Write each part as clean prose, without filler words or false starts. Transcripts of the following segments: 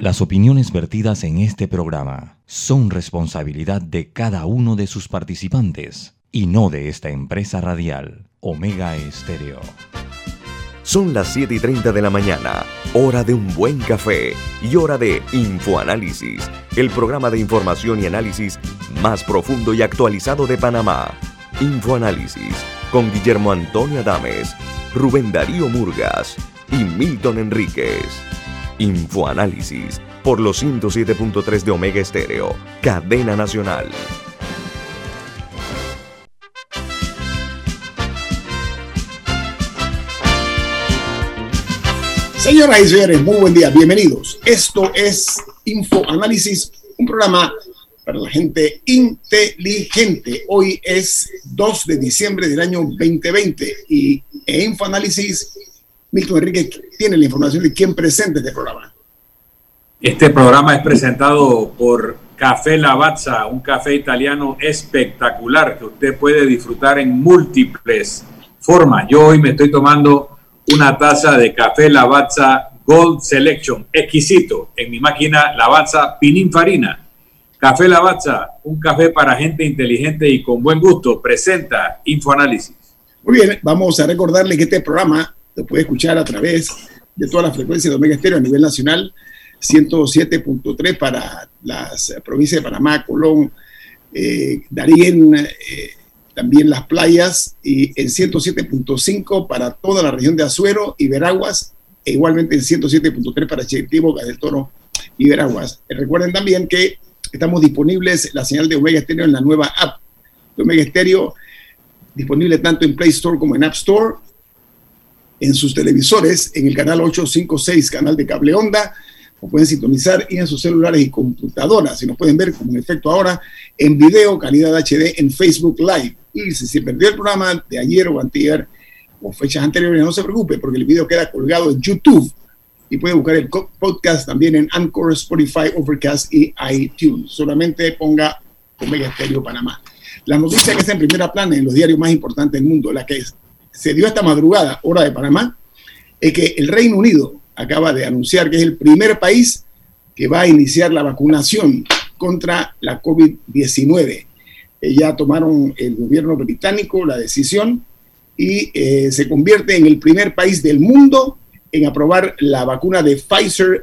Las opiniones vertidas en este programa son responsabilidad de cada uno de sus participantes y no de esta empresa radial, Omega Estéreo. Son las 7:30 de la mañana, hora de un buen café y hora de Infoanálisis, el programa de información y análisis más profundo y actualizado de Panamá. Infoanálisis, con Guillermo Antonio Adames, Rubén Darío Murgas y Milton Enríquez. Infoanálisis, por los 107.3 de Omega Estéreo, cadena nacional. Señoras y señores, muy buen día, bienvenidos. Esto es Infoanálisis, un programa para la gente inteligente. Hoy es 2 de diciembre del año 2020 y en Infoanálisis, Milton Enríquez tiene la información de quién presenta este programa. Este programa es presentado por Café Lavazza, un café italiano espectacular que usted puede disfrutar en múltiples formas. Yo hoy me estoy tomando una taza de Café Lavazza Gold Selection, exquisito, en mi máquina Lavazza Pininfarina. Café Lavazza, un café para gente inteligente y con buen gusto, presenta Infoanálisis. Muy bien, vamos a recordarle que este programa lo puede escuchar a través de todas las frecuencias de Omega Estéreo a nivel nacional, 107.3 para las provincias de Panamá, Colón, Darién, también las playas, y en 107.5 para toda la región de Azuero y Veraguas, e igualmente en 107.3 para Chiritibo, Boca del Toro y Veraguas. Recuerden también que estamos disponibles la señal de Omega Estéreo en la nueva app de Omega Estéreo, disponible tanto en Play Store como en App Store, en sus televisores, en el canal 856, canal de cable onda, o pueden sintonizar, y en sus celulares y computadoras, y nos pueden ver como en efecto ahora en video, calidad HD en Facebook Live. Y si se perdió el programa de ayer o antier o fechas anteriores, no se preocupe, porque el video queda colgado en YouTube y puede buscar el podcast también en Anchor, Spotify, Overcast y iTunes. Solamente ponga Omega Estéreo Panamá. La noticia que está en primera plana en los diarios más importantes del mundo, la que se dio esta madrugada, hora de Panamá, es que el Reino Unido acaba de anunciar que es el primer país que va a iniciar la vacunación contra la COVID-19. Ya tomaron el gobierno británico la decisión y se convierte en el primer país del mundo en aprobar la vacuna de Pfizer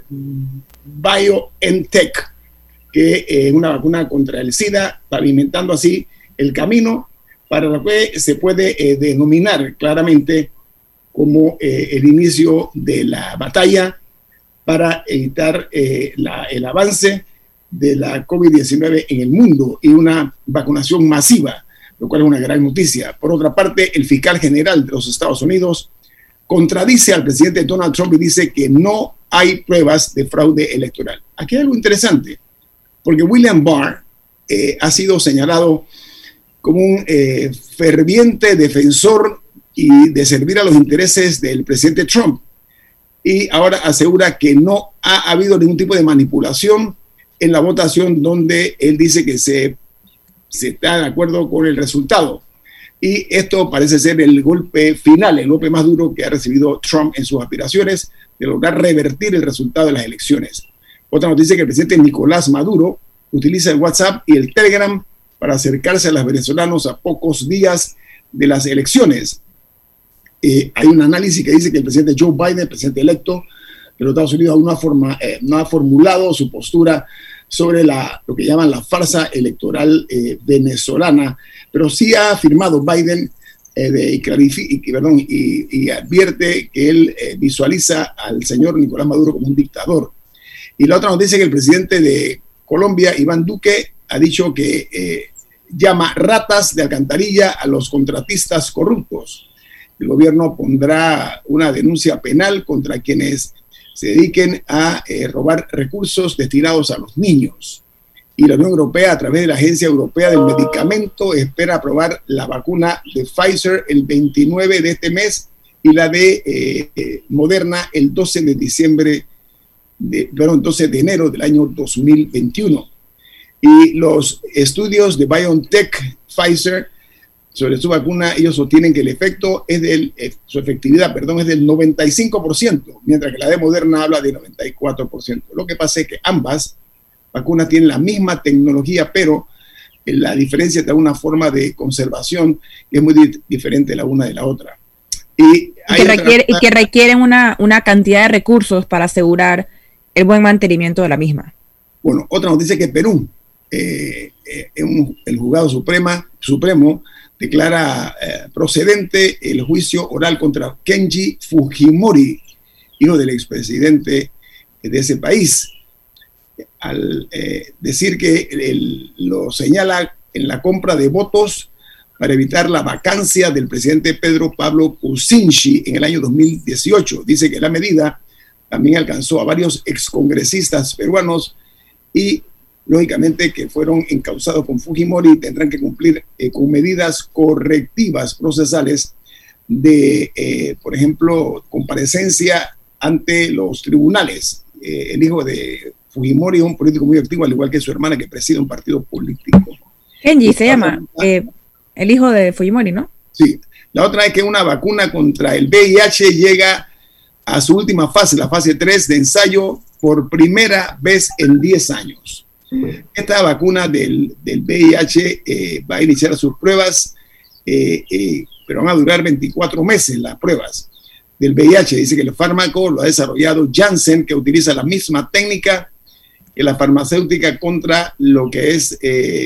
BioNTech, que es una vacuna contra el SIDA, pavimentando así el camino para lo que se puede denominar claramente como el inicio de la batalla para evitar el avance de la COVID-19 en el mundo y una vacunación masiva, lo cual es una gran noticia. Por otra parte, el fiscal general de los Estados Unidos contradice al presidente Donald Trump y dice que no hay pruebas de fraude electoral. Aquí hay algo interesante, porque William Barr ha sido señalado como un ferviente defensor y de servir a los intereses del presidente Trump. Y ahora asegura que no ha habido ningún tipo de manipulación en la votación, donde él dice que se está de acuerdo con el resultado. Y esto parece ser el golpe final, el golpe más duro que ha recibido Trump en sus aspiraciones de lograr revertir el resultado de las elecciones. Otra noticia es que el presidente Nicolás Maduro utiliza el WhatsApp y el Telegram para acercarse a los venezolanos a pocos días de las elecciones. Hay un análisis que dice que el presidente Joe Biden, el presidente electo de los Estados Unidos, aún no ha formulado su postura sobre lo que llaman la farsa electoral venezolana, pero sí ha afirmado Biden y advierte que él visualiza al señor Nicolás Maduro como un dictador. Y la otra noticia es que el presidente de Colombia, Iván Duque, ha dicho que llama ratas de alcantarilla a los contratistas corruptos. El gobierno pondrá una denuncia penal contra quienes se dediquen a robar recursos destinados a los niños. Y la Unión Europea, a través de la Agencia Europea del Medicamento, espera aprobar la vacuna de Pfizer el 29 de este mes y la de Moderna el 12 de enero del año 2021. Y los estudios de BioNTech Pfizer sobre su vacuna, ellos sostienen que el efecto es su efectividad, es del 95%, mientras que la de Moderna habla de 94%. Lo que pasa es que ambas vacunas tienen la misma tecnología, pero la diferencia está en una forma de conservación que es muy diferente la una de la otra. Y que requieren una cantidad de recursos para asegurar el buen mantenimiento de la misma. Bueno, otra noticia es que Perú, el juzgado supremo declara procedente el juicio oral contra Kenji Fujimori, hijo del expresidente de ese país, al decir que lo señala en la compra de votos para evitar la vacancia del presidente Pedro Pablo Kuczynski en el año 2018. Dice que la medida también alcanzó a varios excongresistas peruanos y, lógicamente, que fueron encausados con Fujimori y tendrán que cumplir con medidas correctivas procesales de, por ejemplo, comparecencia ante los tribunales. El hijo de Fujimori es un político muy activo, al igual que su hermana, que preside un partido político. Kenji se llama, el hijo de Fujimori, ¿no? Sí. La otra es que una vacuna contra el VIH llega a su última fase, la fase 3 de ensayo, por primera vez en 10 años. Esta vacuna del VIH va a iniciar sus pruebas, pero van a durar 24 meses las pruebas del VIH. Dice que el fármaco lo ha desarrollado Janssen, que utiliza la misma técnica que la farmacéutica contra lo que es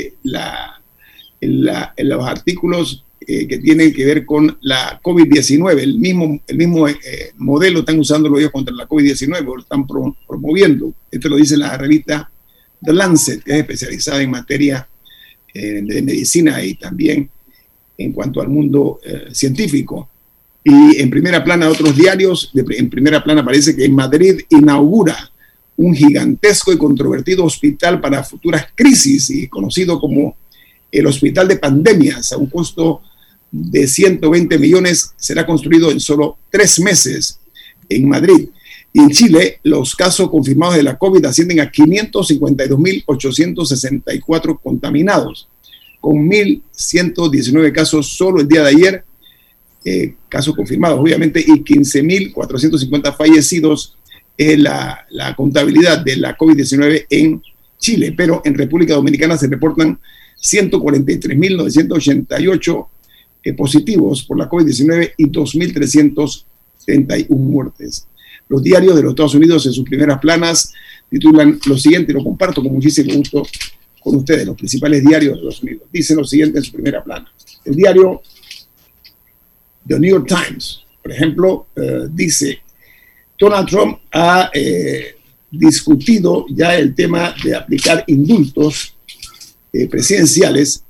los artículos que tienen que ver con la COVID-19. El mismo modelo están usándolo ellos contra la COVID-19, lo están promoviendo. Esto lo dice la revista The Lancet, que es especializada en materia de medicina y también en cuanto al mundo científico. Y en primera plana, otros diarios, en primera plana aparece que en Madrid inaugura un gigantesco y controvertido hospital para futuras crisis, y conocido como el Hospital de Pandemias, a un costo de 120 millones, será construido en solo 3 meses en Madrid. Y en Chile, los casos confirmados de la COVID ascienden a 552.864 contaminados, con 1.119 casos solo el día de ayer, casos confirmados, obviamente, y 15.450 fallecidos en la contabilidad de la COVID-19 en Chile. Pero en República Dominicana se reportan 143.988 positivos por la COVID-19 y 2.331 muertes. Los diarios de los Estados Unidos en sus primeras planas titulan lo siguiente, lo comparto con muchísimo gusto con ustedes, los principales diarios de Estados Unidos. Dicen lo siguiente en su primera plana. El diario The New York Times, por ejemplo, dice: Donald Trump ha discutido ya el tema de aplicar indultos presidenciales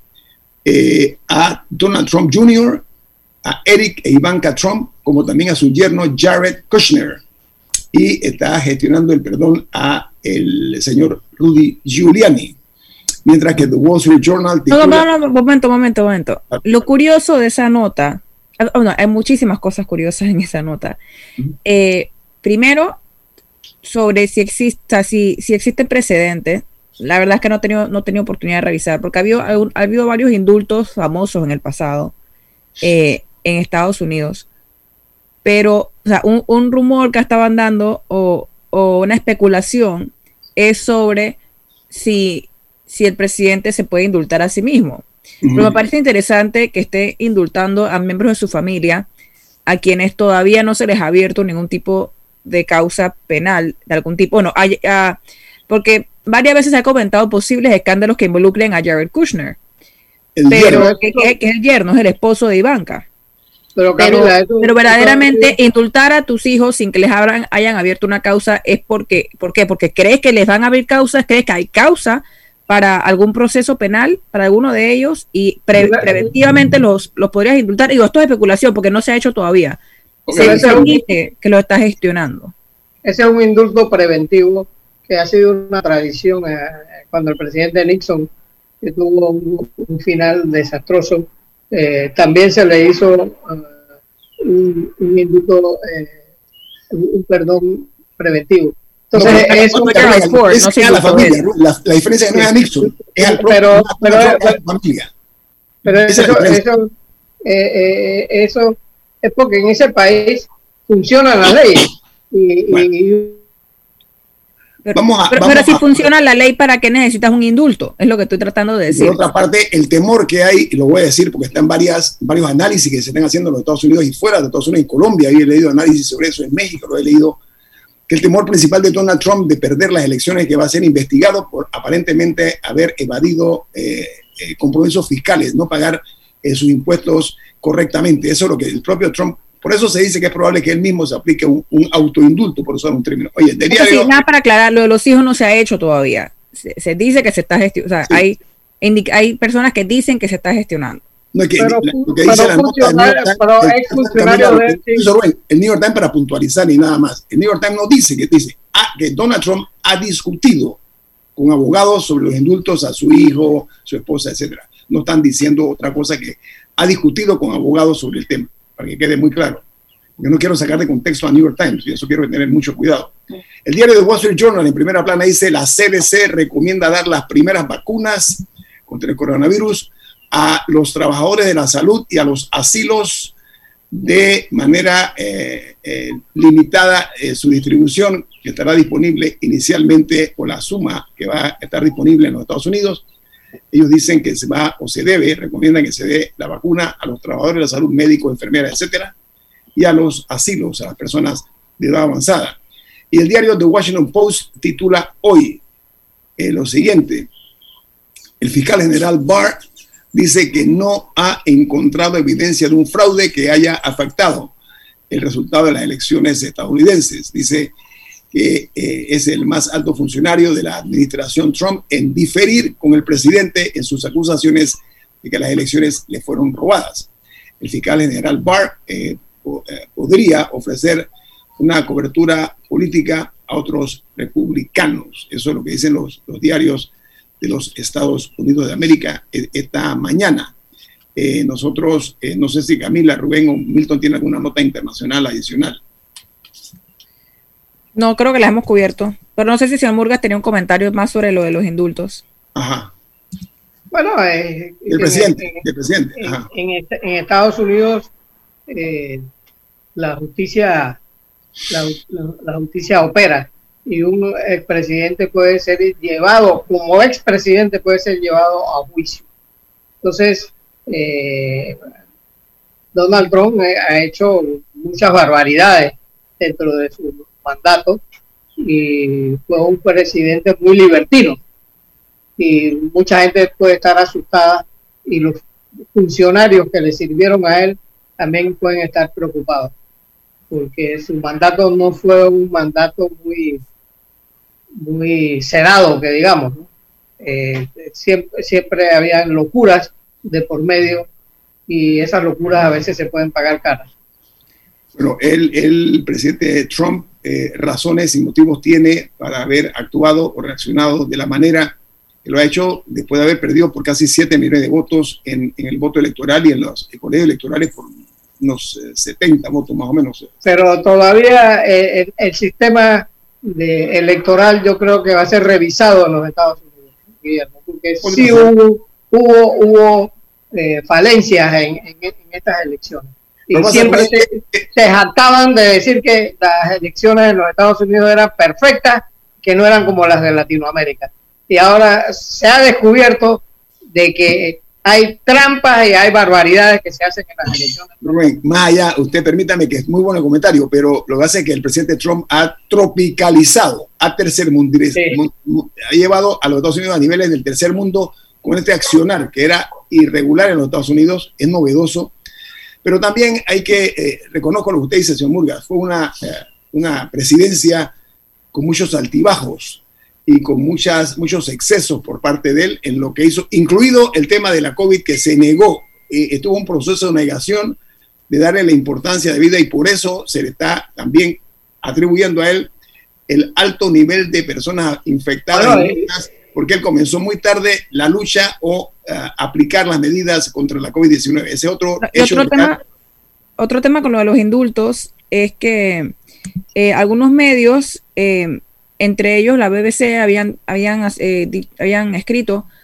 a Donald Trump Jr., a Eric e Ivanka Trump, como también a su yerno Jared Kushner, y está gestionando el perdón a el señor Rudy Giuliani, mientras que The Wall Street Journal titula... Momento. Lo curioso de esa nota, hay muchísimas cosas curiosas en esa nota. Primero, sobre si existen precedentes. La verdad es que no he tenido oportunidad de revisar, porque ha habido varios indultos famosos en el pasado en Estados Unidos. Pero, o sea, un rumor que estaban dando o una especulación es sobre si el presidente se puede indultar a sí mismo. Pero me parece interesante que esté indultando a miembros de su familia, a quienes todavía no se les ha abierto ningún tipo de causa penal de algún tipo. No, porque varias veces se ha comentado posibles escándalos que involucren a Jared Kushner, que es el yerno, es el esposo de Ivanka. Pero verdaderamente indultar a tus hijos sin que les hayan abierto una causa es ¿por qué? Porque crees que les van a abrir causas, crees que hay causa para algún proceso penal para alguno de ellos y preventivamente los podrías indultar. Digo, esto es especulación porque no se ha hecho todavía. Se dice que lo está gestionando. Ese es un indulto preventivo que ha sido una tradición cuando el presidente Nixon, que tuvo un final desastroso, también se le hizo un indulto, un perdón preventivo. Entonces, la diferencia no es a Nixon, es al pero eso eso es porque en ese país funcionan las leyes. Pero si funciona la ley, ¿para qué necesitas un indulto? Es lo que estoy tratando de decir. Por otra parte, el temor que hay, y lo voy a decir porque está en varios análisis que se están haciendo en los Estados Unidos y fuera de Estados Unidos, en Colombia, he leído análisis sobre eso, en México lo he leído, que el temor principal de Donald Trump de perder las elecciones es que va a ser investigado por aparentemente haber evadido compromisos fiscales, no pagar sus impuestos correctamente. Eso es lo que el propio Trump, por eso se dice que es probable que él mismo se aplique un autoindulto, por usar un término. Oye, de diario, sí, nada para aclarar, lo de los hijos no se ha hecho todavía. Se dice que se está gestionando, o sea, sí. hay personas que dicen que se está gestionando. No, es que lo que dice la nota el New York Times, para puntualizar y nada más, el New York Times no dice que Donald Trump ha discutido con abogados sobre los indultos a su hijo, su esposa, etcétera. No están diciendo otra cosa que ha discutido con abogados sobre el tema, para que quede muy claro. Yo no quiero sacar de contexto a New York Times, y eso quiero tener mucho cuidado. El diario The Wall Street Journal en primera plana dice: la CDC recomienda dar las primeras vacunas contra el coronavirus a los trabajadores de la salud y a los asilos de manera limitada. Su distribución, que estará disponible inicialmente, o la suma que va a estar disponible en los Estados Unidos. Ellos dicen que recomiendan que se dé la vacuna a los trabajadores de la salud, médicos, enfermeras, etcétera, y a los asilos, a las personas de edad avanzada. Y el diario The Washington Post titula hoy lo siguiente: el fiscal general Barr dice que no ha encontrado evidencia de un fraude que haya afectado el resultado de las elecciones estadounidenses. Dice que es el más alto funcionario de la administración Trump en diferir con el presidente en sus acusaciones de que las elecciones le fueron robadas. El fiscal general Barr podría ofrecer una cobertura política a otros republicanos. Eso es lo que dicen los diarios de los Estados Unidos de América esta mañana. Nosotros, no sé si Camila, Rubén o Milton tiene alguna nota internacional adicional. No, creo que las hemos cubierto, pero no sé si señor Murgas tenía un comentario más sobre lo de los indultos. Ajá. Bueno, el presidente. Ajá. En Estados Unidos la justicia opera, y un expresidente puede ser llevado, como expresidente puede ser llevado a juicio. Entonces, Donald Trump ha hecho muchas barbaridades dentro de su mandato y fue un presidente muy libertino, y mucha gente puede estar asustada, y los funcionarios que le sirvieron a él también pueden estar preocupados, porque su mandato no fue un mandato muy sedado, que digamos, ¿no? Siempre habían locuras de por medio, y esas locuras a veces se pueden pagar caras. Bueno, el presidente Trump razones y motivos tiene para haber actuado o reaccionado de la manera que lo ha hecho, después de haber perdido por casi 7 millones de votos en el voto electoral y en los colegios electorales por unos 70 votos más o menos. Pero todavía el sistema electoral yo creo que va a ser revisado en los Estados Unidos, Guillermo, porque sí hubo falencias en estas elecciones. Y siempre se jactaban de decir que las elecciones en los Estados Unidos eran perfectas, que no eran como las de Latinoamérica. Y ahora se ha descubierto de que hay trampas y hay barbaridades que se hacen en las elecciones. Rubén, más allá, usted permítame, que es muy bueno el comentario, pero lo que hace es que el presidente Trump ha tropicalizado, ha llevado a los Estados Unidos a niveles del tercer mundo con este accionar que era irregular en los Estados Unidos, es novedoso. Pero también hay que, reconozco lo que usted dice, señor Murgas, fue una presidencia con muchos altibajos y con muchos excesos por parte de él en lo que hizo, incluido el tema de la COVID, que se negó, estuvo un proceso de negación de darle la importancia de vida, y por eso se le está también atribuyendo a él el alto nivel de personas infectadas, porque él comenzó muy tarde la lucha o aplicar las medidas contra la COVID-19. Ese otro hecho. Otro tema con lo de los indultos es que algunos medios, entre ellos la BBC, habían escrito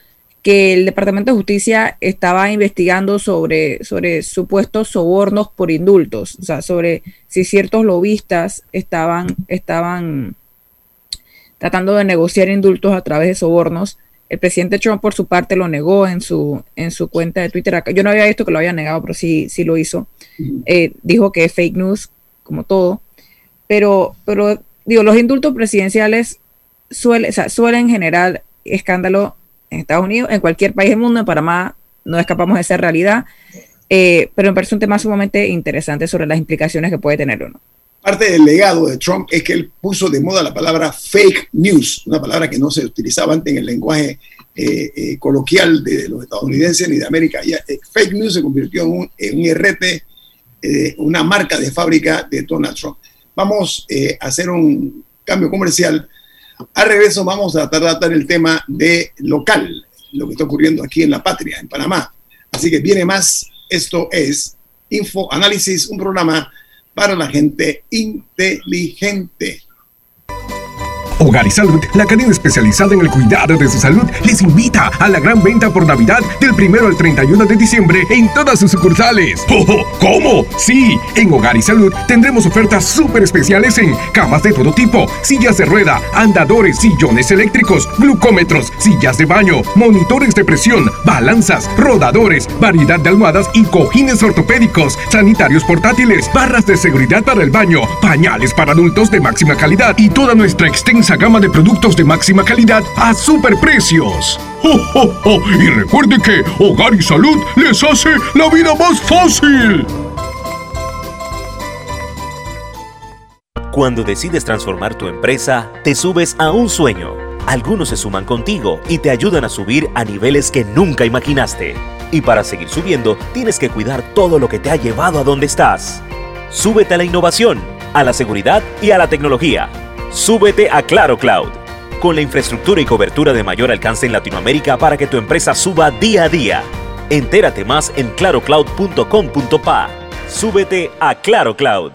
que el Departamento de Justicia estaba investigando sobre supuestos sobornos por indultos, o sea, sobre si ciertos lobistas estaban tratando de negociar indultos a través de sobornos. El presidente Trump, por su parte, lo negó en su cuenta de Twitter. Yo no había visto que lo había negado, pero sí lo hizo. Dijo que es fake news, como todo. Pero digo, los indultos presidenciales suelen generar escándalo en Estados Unidos, en cualquier país del mundo. En Panamá no escapamos de esa realidad, pero me parece un tema sumamente interesante sobre las implicaciones que puede tener uno. Parte del legado de Trump es que él puso de moda la palabra fake news, una palabra que no se utilizaba antes en el lenguaje coloquial de los estadounidenses ni de América. Fake news se convirtió en un RT, una marca de fábrica de Donald Trump. Vamos a hacer un cambio comercial. Al regreso vamos a tratar el tema de local, lo que está ocurriendo aquí en la patria, en Panamá. Así que viene más. Esto es Info Análisis, un programa para la gente inteligente. Hogar y Salud, la cadena especializada en el cuidado de su salud, les invita a la gran venta por Navidad del 1 al 31 de diciembre en todas sus sucursales. ¡Oh, cómo! Sí, en Hogar y Salud tendremos ofertas súper especiales en camas de todo tipo, sillas de rueda, andadores, sillones eléctricos, glucómetros, sillas de baño, monitores de presión, balanzas, rodadores, variedad de almohadas y cojines ortopédicos, sanitarios portátiles, barras de seguridad para el baño, pañales para adultos de máxima calidad y toda nuestra extensa gama de productos de máxima calidad a superprecios. ¡Oh, oh, oh! Y recuerde que Hogar y Salud les hace la vida más fácil. Cuando decides transformar tu empresa, te subes a un sueño. Algunos se suman contigo y te ayudan a subir a niveles que nunca imaginaste. Y para seguir subiendo, tienes que cuidar todo lo que te ha llevado a donde estás. Súbete a la innovación, a la seguridad y a la tecnología. Súbete a Claro Cloud, con la infraestructura y cobertura de mayor alcance en Latinoamérica para que tu empresa suba día a día. Entérate más en clarocloud.com.pa. Súbete a Claro Cloud.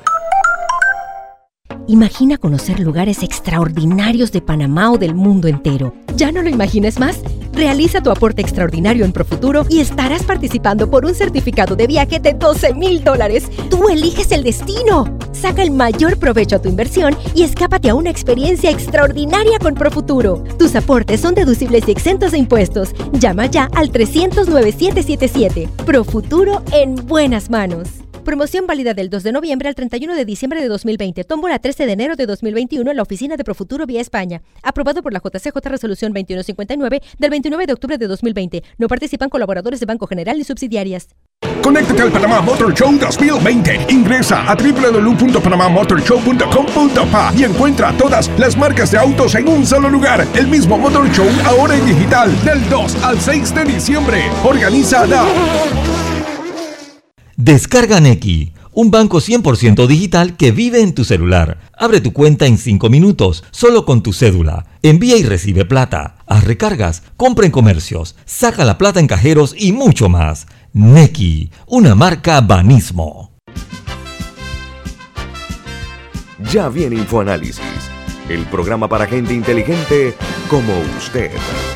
Imagina conocer lugares extraordinarios de Panamá o del mundo entero. ¿Ya no lo imaginas más? Realiza tu aporte extraordinario en Profuturo y estarás participando por un certificado de viaje de $12,000. ¡Tú eliges el destino! Saca el mayor provecho a tu inversión y escápate a una experiencia extraordinaria con Profuturo. Tus aportes son deducibles y exentos de impuestos. Llama ya al 300-9777. Profuturo en buenas manos. Promoción válida del 2 de noviembre al 31 de diciembre de 2020. Tómbola 13 de enero de 2021 en la oficina de Profuturo vía España. Aprobado por la JCJ Resolución 2159 del 29 de octubre de 2020. No participan colaboradores de Banco General ni subsidiarias. Conéctate al Panamá Motor Show 2020. Ingresa a www.panamamotorshow.com.pa y encuentra todas las marcas de autos en un solo lugar. El mismo Motor Show ahora en digital del 2 al 6 de diciembre. Organiza la... Descarga Nequi, un banco 100% digital que vive en tu celular. Abre tu cuenta en 5 minutos, solo con tu cédula. Envía y recibe plata, haz recargas, compra en comercios, saca la plata en cajeros y mucho más. Nequi, una marca Banismo. Ya viene Infoanálisis, el programa para gente inteligente como usted.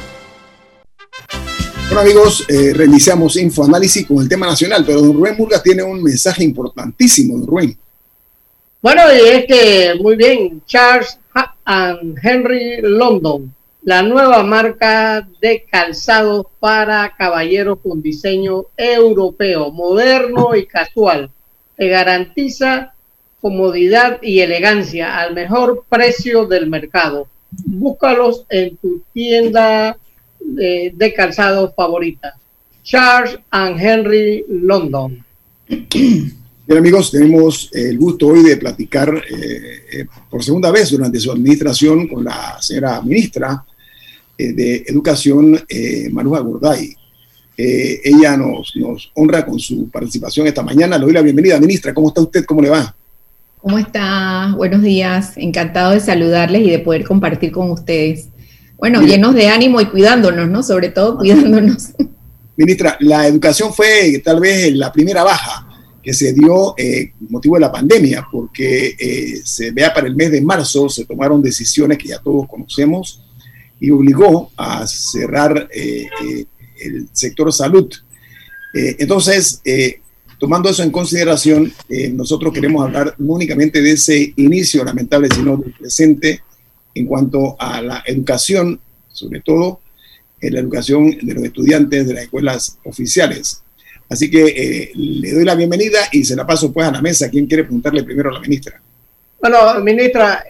Bueno, amigos, reiniciamos Infoanálisis con el tema nacional, pero don Rubén Murgas tiene un mensaje importantísimo, don Rubén. Bueno, y es que, muy bien, Charles and Henry London, la nueva marca de calzados para caballeros con diseño europeo, moderno y casual. Te garantiza comodidad y elegancia al mejor precio del mercado. Búscalos en tu tienda de calzado favorita. Charles and Henry London. Bien, amigos, tenemos el gusto hoy de platicar por segunda vez durante su administración con la señora ministra de Educación, Maruja Gorday. Ella nos honra con su participación esta mañana. Le doy la bienvenida, ministra. ¿Cómo está usted? ¿Cómo le va? ¿Cómo está? Buenos días. Encantado de saludarles y de poder compartir con ustedes. Bueno, llenos de ánimo y cuidándonos, ¿no? Sobre todo cuidándonos. Ministra, la educación fue tal vez la primera baja que se dio motivo de la pandemia, porque se vea para el mes de marzo se tomaron decisiones que ya todos conocemos y obligó a cerrar el sector salud. Entonces, tomando eso en consideración, nosotros queremos hablar no únicamente de ese inicio lamentable, sino del presente en cuanto a la educación, sobre todo la educación de los estudiantes de las escuelas oficiales. Así que le doy la bienvenida y se la paso pues a la mesa. ¿Quién quiere preguntarle primero a la ministra? Bueno, ministra,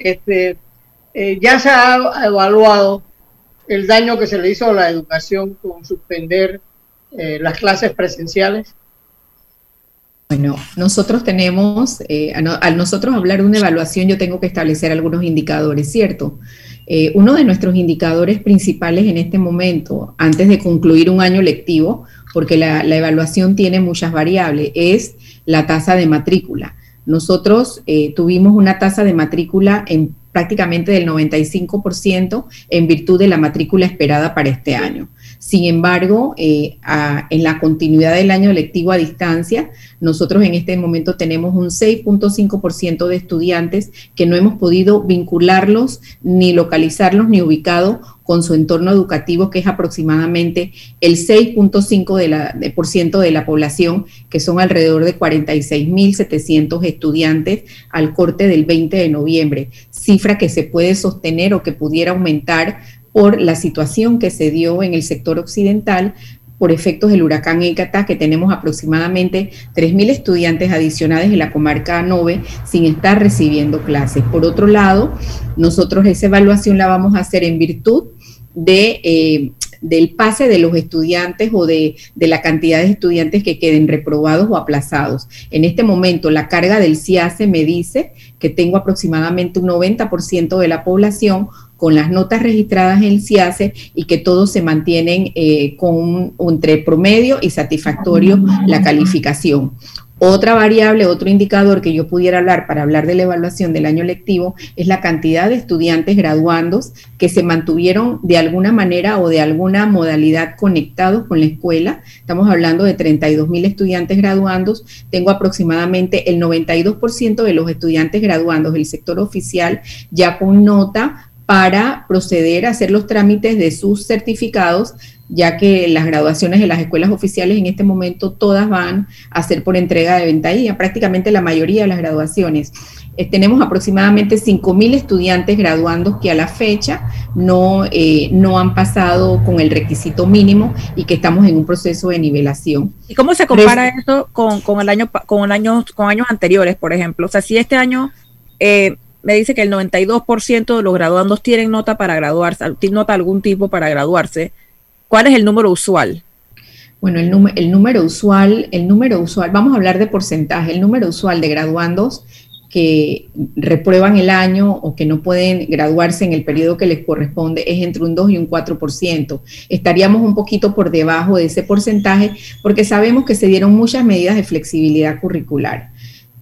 ya se ha evaluado el daño que se le hizo a la educación con suspender las clases presenciales. Bueno, nosotros tenemos, al nosotros hablar de una evaluación, yo tengo que establecer algunos indicadores, ¿cierto? Uno de nuestros indicadores principales en este momento, antes de concluir un año lectivo, porque la evaluación tiene muchas variables, es la tasa de matrícula. Nosotros tuvimos una tasa de matrícula en prácticamente del 95% en virtud de la matrícula esperada para este año. Sin embargo, en la continuidad del año lectivo a distancia, nosotros en este momento tenemos un 6.5% de estudiantes que no hemos podido vincularlos, ni localizarlos, ni ubicados con su entorno educativo, que es aproximadamente el 6.5% de la población, que son alrededor de 46.700 estudiantes al corte del 20 de noviembre, cifra que se puede sostener o que pudiera aumentar por la situación que se dio en el sector occidental por efectos del huracán Écata, que tenemos aproximadamente 3.000 estudiantes adicionales en la comarca Nove sin estar recibiendo clases. Por otro lado, nosotros esa evaluación la vamos a hacer en virtud del pase de los estudiantes o de la cantidad de estudiantes que queden reprobados o aplazados. En este momento, la carga del CIACE me dice que tengo aproximadamente un 90% de la población con las notas registradas en el CIACE y que todos se mantienen con entre promedio y satisfactorio la calificación. Otra variable, otro indicador que yo pudiera hablar para hablar de la evaluación del año lectivo es la cantidad de estudiantes graduandos que se mantuvieron de alguna manera o de alguna modalidad conectados con la escuela. Estamos hablando de 32.000 estudiantes graduandos. Tengo aproximadamente el 92% de los estudiantes graduandos del sector oficial ya con nota para proceder a hacer los trámites de sus certificados, ya que las graduaciones de las escuelas oficiales en este momento todas van a ser por entrega de ventanilla, prácticamente la mayoría de las graduaciones. Tenemos aproximadamente 5.000 estudiantes graduandos que a la fecha no han pasado con el requisito mínimo y que estamos en un proceso de nivelación. ¿Y cómo se compara eso con años anteriores, por ejemplo? O sea, si este año me dice que el 92% de los graduandos tienen nota para graduarse, tienen nota de algún tipo para graduarse, ¿cuál es el número usual? Bueno, el número usual, vamos a hablar de porcentaje. El número usual de graduandos que reprueban el año o que no pueden graduarse en el periodo que les corresponde es entre un 2 y un 4%. Estaríamos un poquito por debajo de ese porcentaje porque sabemos que se dieron muchas medidas de flexibilidad curricular.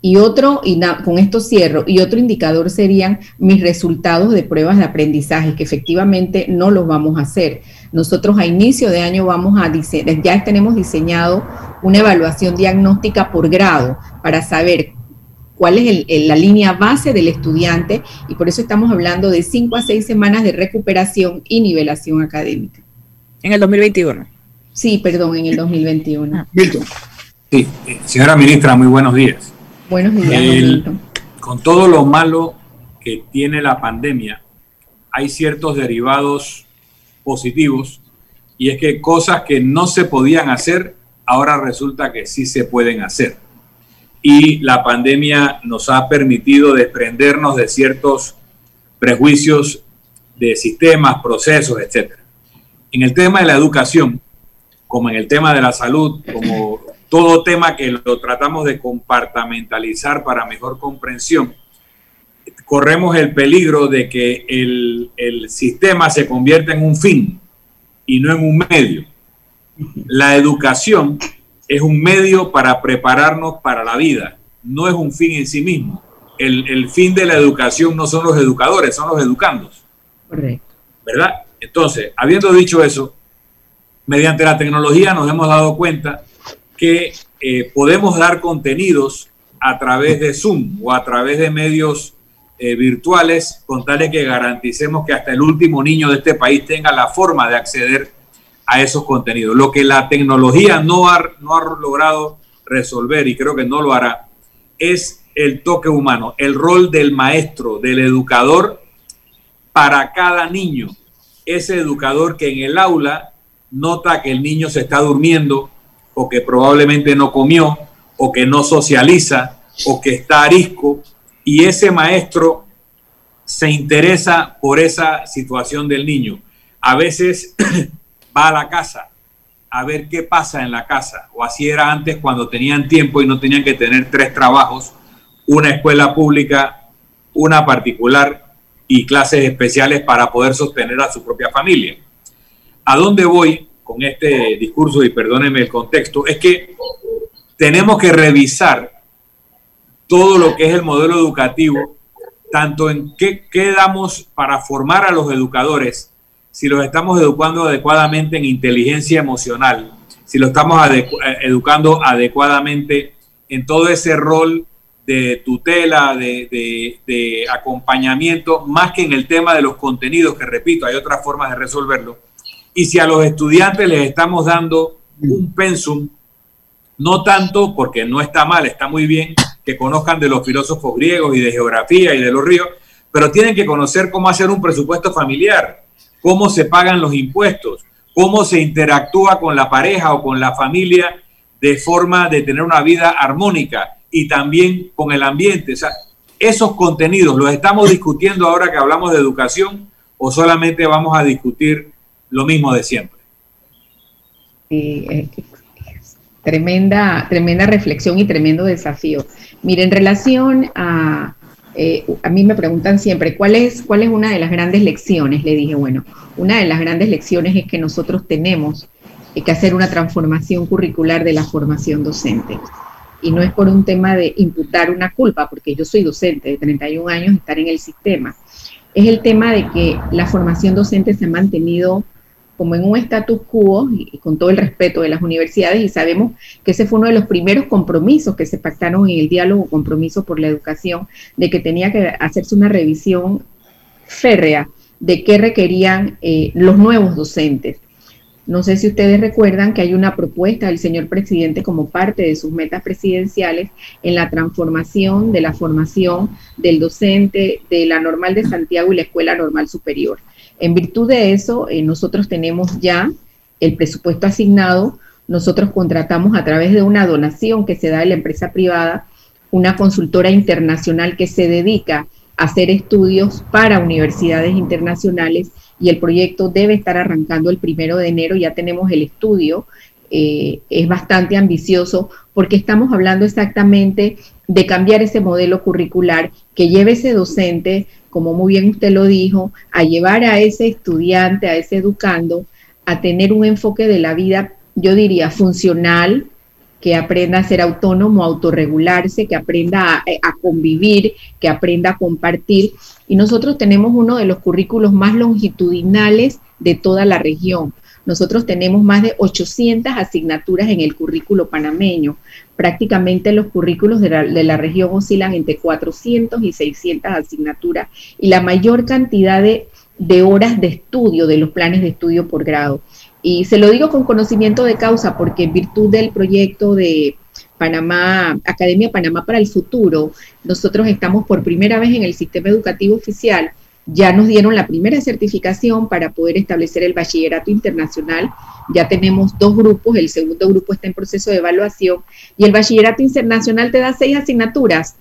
Con esto cierro, y otro indicador serían mis resultados de pruebas de aprendizaje, que efectivamente no los vamos a hacer. Nosotros a inicio de año ya tenemos diseñado una evaluación diagnóstica por grado para saber cuál es la línea base del estudiante, y por eso estamos hablando de 5 a 6 semanas de recuperación y nivelación académica. ¿En el 2021? Sí, perdón, en el 2021. Milton. Sí, señora ministra, muy buenos días. Buenos días, con todo lo malo que tiene la pandemia, hay ciertos derivados positivos, y es que cosas que no se podían hacer, ahora resulta que sí se pueden hacer. Y la pandemia nos ha permitido desprendernos de ciertos prejuicios de sistemas, procesos, etc. En el tema de la educación, como en el tema de la salud, como todo tema que lo tratamos de compartimentalizar para mejor comprensión, corremos el peligro de que el sistema se convierta en un fin y no en un medio. La educación es un medio para prepararnos para la vida, no es un fin en sí mismo. El fin de la educación no son los educadores, son los educandos. Correcto. ¿Verdad? Entonces, habiendo dicho eso, mediante la tecnología nos hemos dado cuenta que podemos dar contenidos a través de Zoom o a través de medios virtuales, con tal de que garanticemos que hasta el último niño de este país tenga la forma de acceder a esos contenidos. Lo que la tecnología no ha logrado resolver, y creo que no lo hará, es el toque humano, el rol del maestro, del educador para cada niño. Ese educador que en el aula nota que el niño se está durmiendo, o que probablemente no comió, o que no socializa, o que está arisco, y ese maestro se interesa por esa situación del niño. A veces va a la casa a ver qué pasa en la casa, o así era antes cuando tenían tiempo y no tenían que tener 3 trabajos, una escuela pública, una particular y clases especiales para poder sostener a su propia familia. ¿A dónde voy con este discurso? Y perdónenme el contexto, es que tenemos que revisar todo lo que es el modelo educativo, tanto en qué damos para formar a los educadores, si los estamos educando adecuadamente en inteligencia emocional, si los estamos educando adecuadamente en todo ese rol de tutela, de acompañamiento, más que en el tema de los contenidos, que repito, hay otras formas de resolverlo. Y si a los estudiantes les estamos dando un pensum, no tanto porque no está mal, está muy bien que conozcan de los filósofos griegos y de geografía y de los ríos, pero tienen que conocer cómo hacer un presupuesto familiar, cómo se pagan los impuestos, cómo se interactúa con la pareja o con la familia de forma de tener una vida armónica, y también con el ambiente. O sea, esos contenidos, ¿los estamos discutiendo ahora que hablamos de educación, o solamente vamos a discutir lo mismo de siempre? Sí, tremenda reflexión y tremendo desafío. Mire, en relación a mí me preguntan siempre, ¿cuál es una de las grandes lecciones? Le dije, bueno, una de las grandes lecciones es que nosotros tenemos que hacer una transformación curricular de la formación docente. Y no es por un tema de imputar una culpa, porque yo soy docente de 31 años, estar en el sistema. Es el tema de que la formación docente se ha mantenido como en un status quo, y con todo el respeto de las universidades, y sabemos que ese fue uno de los primeros compromisos que se pactaron en el diálogo Compromiso por la Educación, de que tenía que hacerse una revisión férrea de qué requerían los nuevos docentes. No sé si ustedes recuerdan que hay una propuesta del señor presidente como parte de sus metas presidenciales en la transformación de la formación del docente de la Normal de Santiago y la Escuela Normal Superior. En virtud de eso, nosotros tenemos ya el presupuesto asignado. Nosotros contratamos a través de una donación que se da de la empresa privada una consultora internacional que se dedica a hacer estudios para universidades internacionales, y el proyecto debe estar arrancando el 1 de enero. Ya tenemos el estudio, es bastante ambicioso porque estamos hablando exactamente de cambiar ese modelo curricular que lleve ese docente, como muy bien usted lo dijo, a llevar a ese estudiante, a ese educando, a tener un enfoque de la vida, yo diría, funcional, que aprenda a ser autónomo, a autorregularse, que aprenda a convivir, que aprenda a compartir. Y nosotros tenemos uno de los currículos más longitudinales de toda la región. Nosotros tenemos más de 800 asignaturas en el currículo panameño. Prácticamente los currículos de la región oscilan entre 400 y 600 asignaturas, y la mayor cantidad de horas de estudio de los planes de estudio por grado. Y se lo digo con conocimiento de causa porque en virtud del proyecto de Panamá, Academia Panamá para el Futuro, nosotros estamos por primera vez en el sistema educativo oficial. Ya nos dieron la primera certificación para poder establecer el bachillerato internacional. Ya tenemos 2 grupos, el segundo grupo está en proceso de evaluación, y el bachillerato internacional te da 6 asignaturas,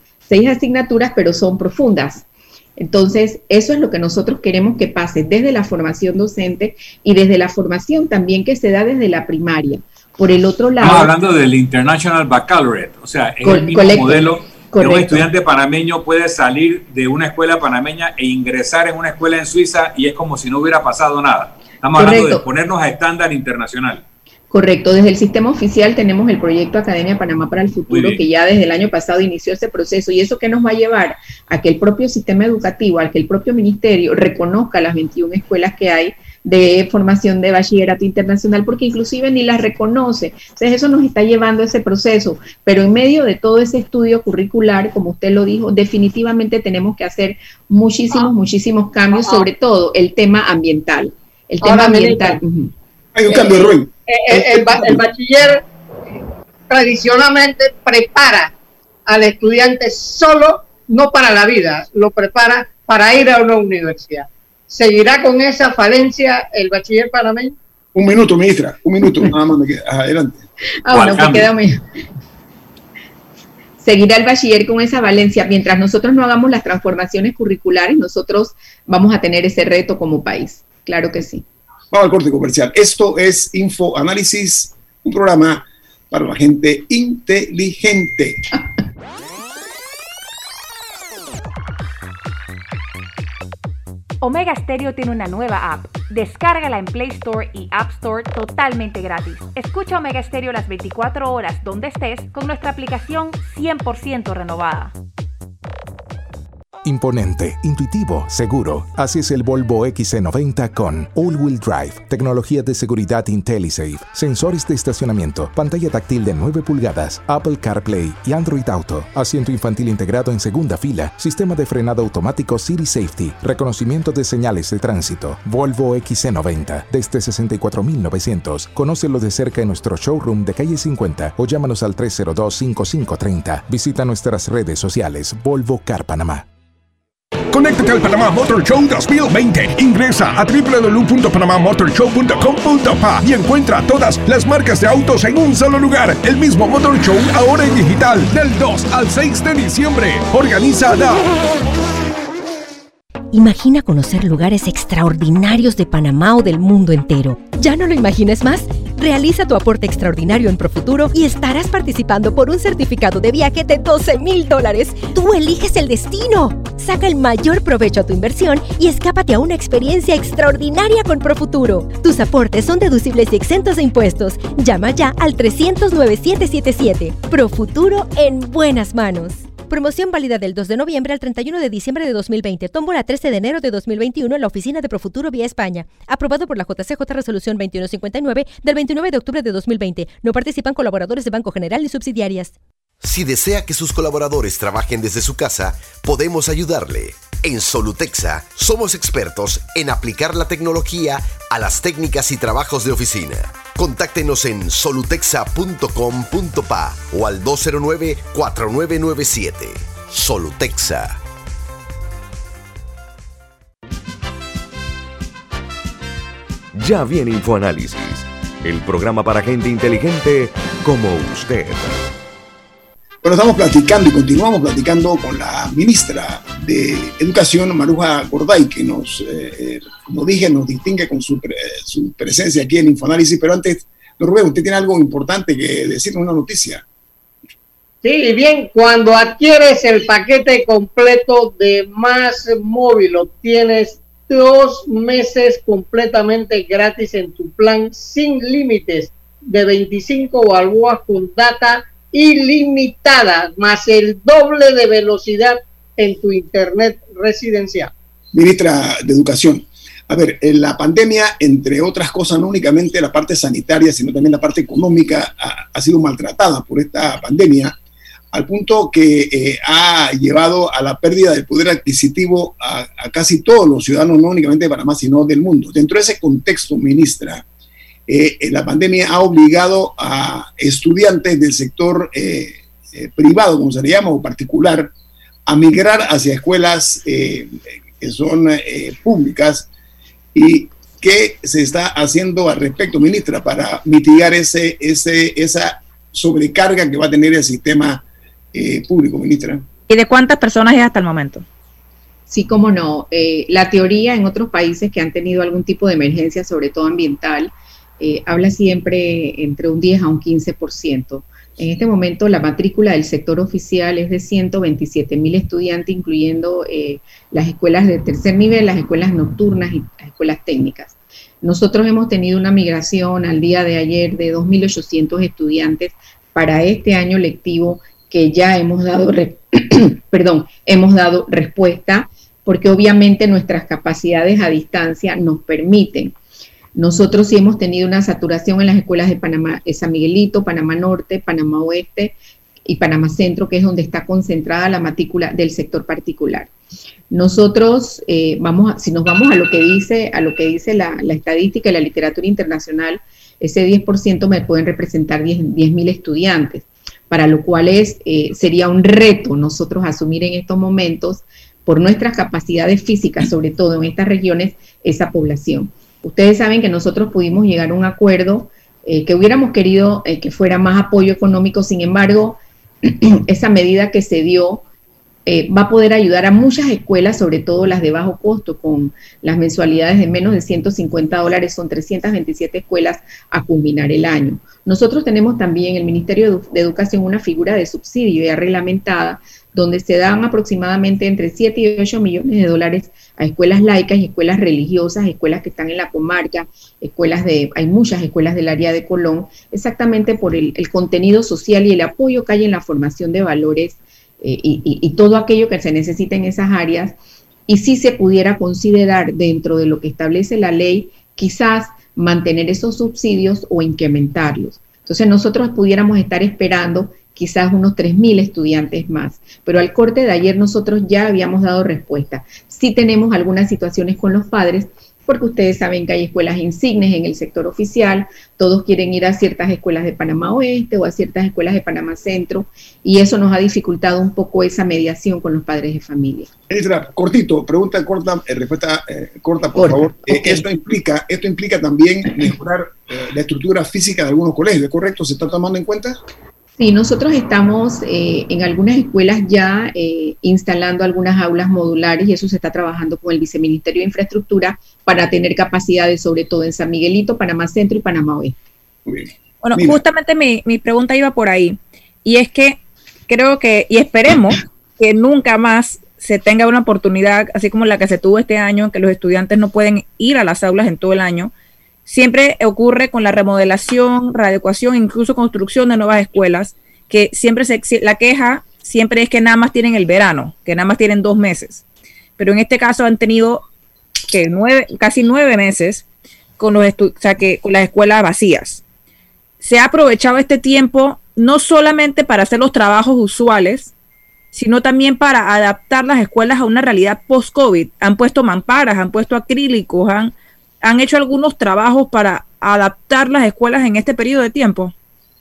pero son profundas. Entonces, eso es lo que nosotros queremos que pase desde la formación docente y desde la formación también que se da desde la primaria. Por el otro lado... Estamos hablando del International Baccalaureate, o sea, es el mismo modelo que un estudiante panameño puede salir de una escuela panameña e ingresar en una escuela en Suiza, y es como si no hubiera pasado nada. Estamos hablando de ponernos a estándar internacional. Correcto, desde el sistema oficial tenemos el proyecto Academia Panamá para el Futuro, que ya desde el año pasado inició ese proceso, y eso que nos va a llevar a que el propio sistema educativo, a que el propio ministerio reconozca las 21 escuelas que hay de formación de bachillerato internacional, porque inclusive ni las reconoce. Entonces eso nos está llevando a ese proceso, pero en medio de todo ese estudio curricular, como usted lo dijo, definitivamente tenemos que hacer muchísimos cambios, sobre todo el tema ambiental. El tema ambiental. Hay un cambio, Rubén. El bachiller tradicionalmente prepara al estudiante solo, no para la vida, lo prepara para ir a una universidad. ¿Seguirá con esa falencia el bachiller panameño? Un minuto, ministra, nada más me queda. Adelante. Bueno, pues quédame. Seguirá el bachiller con esa valencia. Mientras nosotros no hagamos las transformaciones curriculares, nosotros vamos a tener ese reto como país. Claro que sí. Vamos al corte comercial. Esto es Infoanálisis, un programa para la gente inteligente. Omega Stereo tiene una nueva app. Descárgala en Play Store y App Store totalmente gratis. Escucha Omega Stereo las 24 horas donde estés con nuestra aplicación 100% renovada. Imponente, intuitivo, seguro. Así es el Volvo XC90 con All-Wheel Drive, tecnología de seguridad IntelliSafe, sensores de estacionamiento, pantalla táctil de 9 pulgadas, Apple CarPlay y Android Auto, asiento infantil integrado en segunda fila, sistema de frenado automático City Safety, reconocimiento de señales de tránsito. Volvo XC90 desde 64.900. Conócelo de cerca en nuestro showroom de calle 50 o llámanos al 302-5530. Visita nuestras redes sociales Volvo Car Panamá. Conéctate al Panamá Motor Show 2020. Ingresa a www.panamamotorshow.com.pa y encuentra todas las marcas de autos en un solo lugar. El mismo Motor Show ahora en digital del 2 al 6 de diciembre. Organiza DA. Imagina conocer lugares extraordinarios de Panamá o del mundo entero. ¿Ya no lo imaginas más? Realiza tu aporte extraordinario en Profuturo y estarás participando por un certificado de viaje de $12,000. ¡Tú eliges el destino! Saca el mayor provecho a tu inversión y escápate a una experiencia extraordinaria con Profuturo. Tus aportes son deducibles y exentos de impuestos. Llama ya al 300-9777. Profuturo en buenas manos. Promoción válida del 2 de noviembre al 31 de diciembre de 2020. Tómbola 13 de enero de 2021 en la oficina de Profuturo vía España. Aprobado por la JCJ Resolución 2159 del 29 de octubre de 2020. No participan colaboradores de Banco General ni subsidiarias. Si desea que sus colaboradores trabajen desde su casa, podemos ayudarle. En Solutexa somos expertos en aplicar la tecnología a las técnicas y trabajos de oficina. Contáctenos en solutexa.com.pa o al 209-4997. Solutexa. Ya viene Infoanálisis, el programa para gente inteligente como usted. Bueno, estamos platicando y continuamos platicando con la ministra de Educación, Maruja Gorday, que como dije, nos distingue con su presencia aquí en Infoanálisis. Pero antes, don Rubén, usted tiene algo importante que decirnos, una noticia. Sí, bien, cuando adquieres el paquete completo de Más Móvil, obtienes 2 meses completamente gratis en tu plan sin límites de 25 balboas con data ilimitada, más el doble de velocidad en tu internet residencial. Ministra de Educación, a ver, la pandemia, entre otras cosas, no únicamente la parte sanitaria, sino también la parte económica, ha sido maltratada por esta pandemia, al punto que ha llevado a la pérdida del poder adquisitivo a casi todos los ciudadanos, no únicamente de Panamá, sino del mundo. Dentro de ese contexto, ministra, la pandemia ha obligado a estudiantes del sector privado, como se le llama, o particular, a migrar hacia escuelas que son públicas. ¿Y qué se está haciendo al respecto, ministra, para mitigar esa sobrecarga que va a tener el sistema público, ministra? ¿Y de cuántas personas es hasta el momento? Sí, cómo no. La teoría en otros países que han tenido algún tipo de emergencia, sobre todo ambiental, habla siempre entre un 10 a un 15%. En este momento la matrícula del sector oficial es de 127,000 estudiantes, incluyendo las escuelas de tercer nivel, las escuelas nocturnas y las escuelas técnicas. Nosotros hemos tenido una migración al día de ayer de 2.800 estudiantes para este año lectivo que ya hemos dado, hemos dado respuesta, porque obviamente nuestras capacidades a distancia nos permiten. Nosotros sí hemos tenido una saturación en las escuelas de Panamá, San Miguelito, Panamá Norte, Panamá Oeste y Panamá Centro, que es donde está concentrada la matrícula del sector particular. Nosotros, si nos vamos a lo que dice la estadística y la literatura internacional, ese 10% me pueden representar 10.000 estudiantes, para lo cual sería un reto nosotros asumir en estos momentos, por nuestras capacidades físicas, sobre todo en estas regiones, esa población. Ustedes saben que nosotros pudimos llegar a un acuerdo que hubiéramos querido que fuera más apoyo económico, sin embargo, esa medida que se dio va a poder ayudar a muchas escuelas, sobre todo las de bajo costo, con las mensualidades de menos de $150, son 327 escuelas a culminar el año. Nosotros tenemos también en el Ministerio de Educación una figura de subsidio ya reglamentada, donde se dan aproximadamente entre 7 y 8 millones de dólares a escuelas laicas y escuelas religiosas, escuelas que están en la comarca, hay muchas escuelas del área de Colón, exactamente por el contenido social y el apoyo que hay en la formación de valores y todo aquello que se necesita en esas áreas, y si se pudiera considerar dentro de lo que establece la ley, quizás mantener esos subsidios o incrementarlos. Entonces nosotros pudiéramos estar esperando quizás unos 3.000 estudiantes más, pero al corte de ayer nosotros ya habíamos dado respuesta. Sí tenemos algunas situaciones con los padres, porque ustedes saben que hay escuelas insignes en el sector oficial, todos quieren ir a ciertas escuelas de Panamá Oeste o a ciertas escuelas de Panamá Centro, y eso nos ha dificultado un poco esa mediación con los padres de familia. Cortito, pregunta corta, respuesta corta, por favor. Okay. Esto implica también mejorar la estructura física de algunos colegios, ¿correcto? ¿Se está tomando en cuenta? Sí, nosotros estamos en algunas escuelas ya instalando algunas aulas modulares, y eso se está trabajando con el Viceministerio de Infraestructura para tener capacidades, sobre todo en San Miguelito, Panamá Centro y Panamá Oeste. Bueno, justamente mi pregunta iba por ahí, y es que creo que, y esperemos que nunca más se tenga una oportunidad, así como la que se tuvo este año, en que los estudiantes no pueden ir a las aulas en todo el año. Siempre ocurre con la remodelación, readecuación, incluso construcción de nuevas escuelas, que siempre la queja siempre es que nada más tienen el verano, que nada más tienen 2 meses. Pero en este caso han tenido casi 9 meses con con las escuelas vacías. Se ha aprovechado este tiempo no solamente para hacer los trabajos usuales, sino también para adaptar las escuelas a una realidad post-COVID. Han puesto mamparas, han puesto acrílicos, han hecho algunos trabajos para adaptar las escuelas en este periodo de tiempo.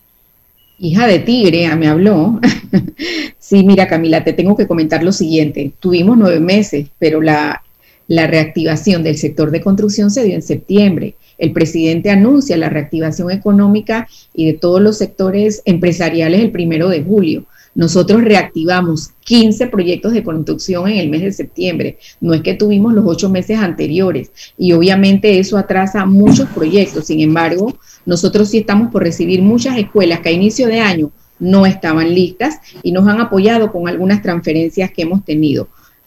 Hija de tigre, me habló. Sí, mira, Camila, te tengo que comentar lo siguiente. Tuvimos 9 meses, pero la reactivación del sector de construcción se dio en septiembre. El presidente anuncia la reactivación económica y de todos los sectores empresariales el 1 de julio. Nosotros reactivamos 15 proyectos de construcción en el mes de septiembre. No es que tuvimos los 8 meses anteriores, y obviamente eso atrasa muchos proyectos. Sin embargo, nosotros sí estamos por recibir muchas escuelas que a inicio de año no estaban listas y nos han apoyado con algunas transferencias que hemos tenido.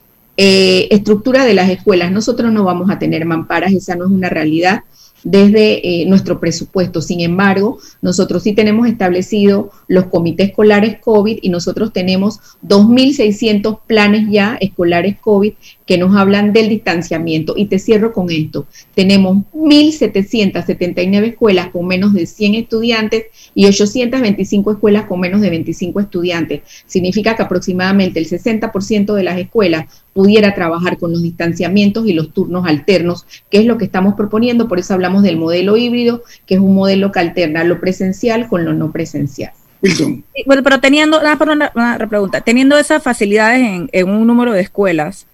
Estructura de las escuelas, nosotros no vamos a tener mamparas, esa no es una realidad desde nuestro presupuesto. Sin embargo, nosotros sí tenemos establecido los comités escolares COVID, y nosotros tenemos 2.600 planes ya escolares COVID que nos hablan del distanciamiento. Y te cierro con esto: tenemos 1.779 escuelas con menos de 100 estudiantes y 825 escuelas con menos de 25 estudiantes. Significa que aproximadamente el 60% de las escuelas pudiera trabajar con los distanciamientos y los turnos alternos, que es lo que estamos proponiendo. Por eso hablamos del modelo híbrido, que es un modelo que alterna lo presencial con lo no presencial. Wilson. Bueno, pero teniendo una pregunta, teniendo esas facilidades en un número de escuelas,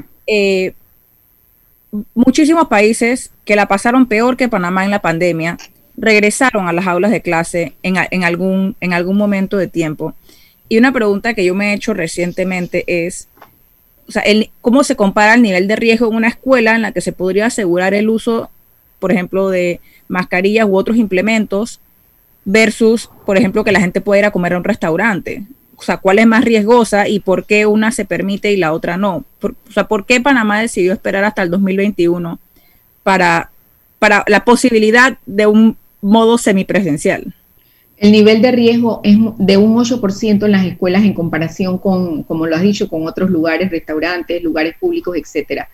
muchísimos países que la pasaron peor que Panamá en la pandemia regresaron a las aulas de clase en algún momento de tiempo. Y una pregunta que yo me he hecho recientemente es, ¿cómo se compara el nivel de riesgo en una escuela en la que se podría asegurar el uso, por ejemplo, de mascarillas u otros implementos versus, por ejemplo, que la gente pueda ir a comer a un restaurante? O sea, ¿cuál es más riesgosa y por qué una se permite y la otra no? ¿Por qué Panamá decidió esperar hasta el 2021 para la posibilidad de un modo semipresencial? El nivel de riesgo es de un 8% en las escuelas en comparación con, como lo has dicho, con otros lugares, restaurantes, lugares públicos, etcétera.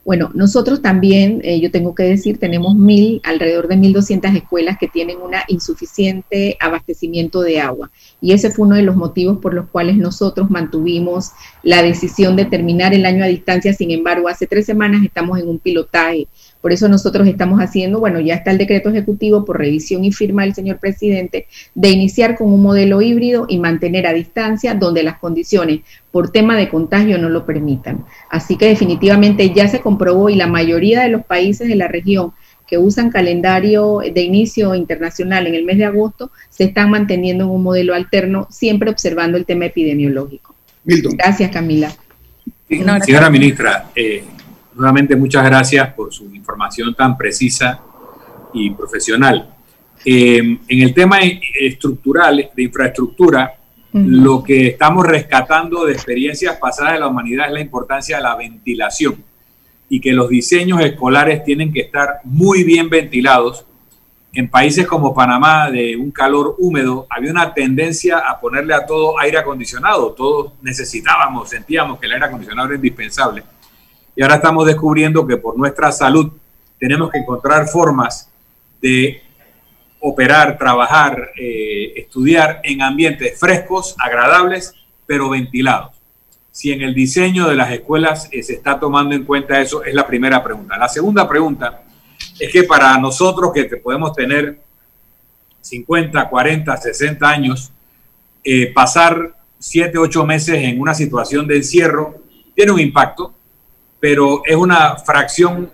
Bueno, nosotros también, yo tengo que decir, tenemos alrededor de 1.200 escuelas que tienen un insuficiente abastecimiento de agua. Y ese fue uno de los motivos por los cuales nosotros mantuvimos la decisión de terminar el año a distancia. Sin embargo, hace 3 semanas estamos en un pilotaje. Por eso nosotros estamos haciendo, bueno, ya está el decreto ejecutivo por revisión y firma del señor presidente, de iniciar con un modelo híbrido y mantener a distancia donde las condiciones por tema de contagio no lo permitan. Así que definitivamente ya se comprobó, y la mayoría de los países de la región que usan calendario de inicio internacional en el mes de agosto se están manteniendo en un modelo alterno, siempre observando el tema epidemiológico. Milton. Gracias, Camila. Señora ministra, nuevamente muchas gracias por su información tan precisa y profesional. En el tema estructural, de infraestructura, lo que estamos rescatando de experiencias pasadas de la humanidad es la importancia de la ventilación, y que los diseños escolares tienen que estar muy bien ventilados. En países como Panamá, de un calor húmedo, había una tendencia a ponerle a todo aire acondicionado. Todos necesitábamos, sentíamos que el aire acondicionado era indispensable. Y ahora estamos descubriendo que por nuestra salud tenemos que encontrar formas de operar, trabajar, estudiar en ambientes frescos, agradables, pero ventilados. Si en el diseño de las escuelas se está tomando en cuenta eso, es la primera pregunta. La segunda pregunta es que para nosotros que podemos tener 50, 40, 60 años, pasar 7, 8 meses en una situación de encierro tiene un impacto, pero es una fracción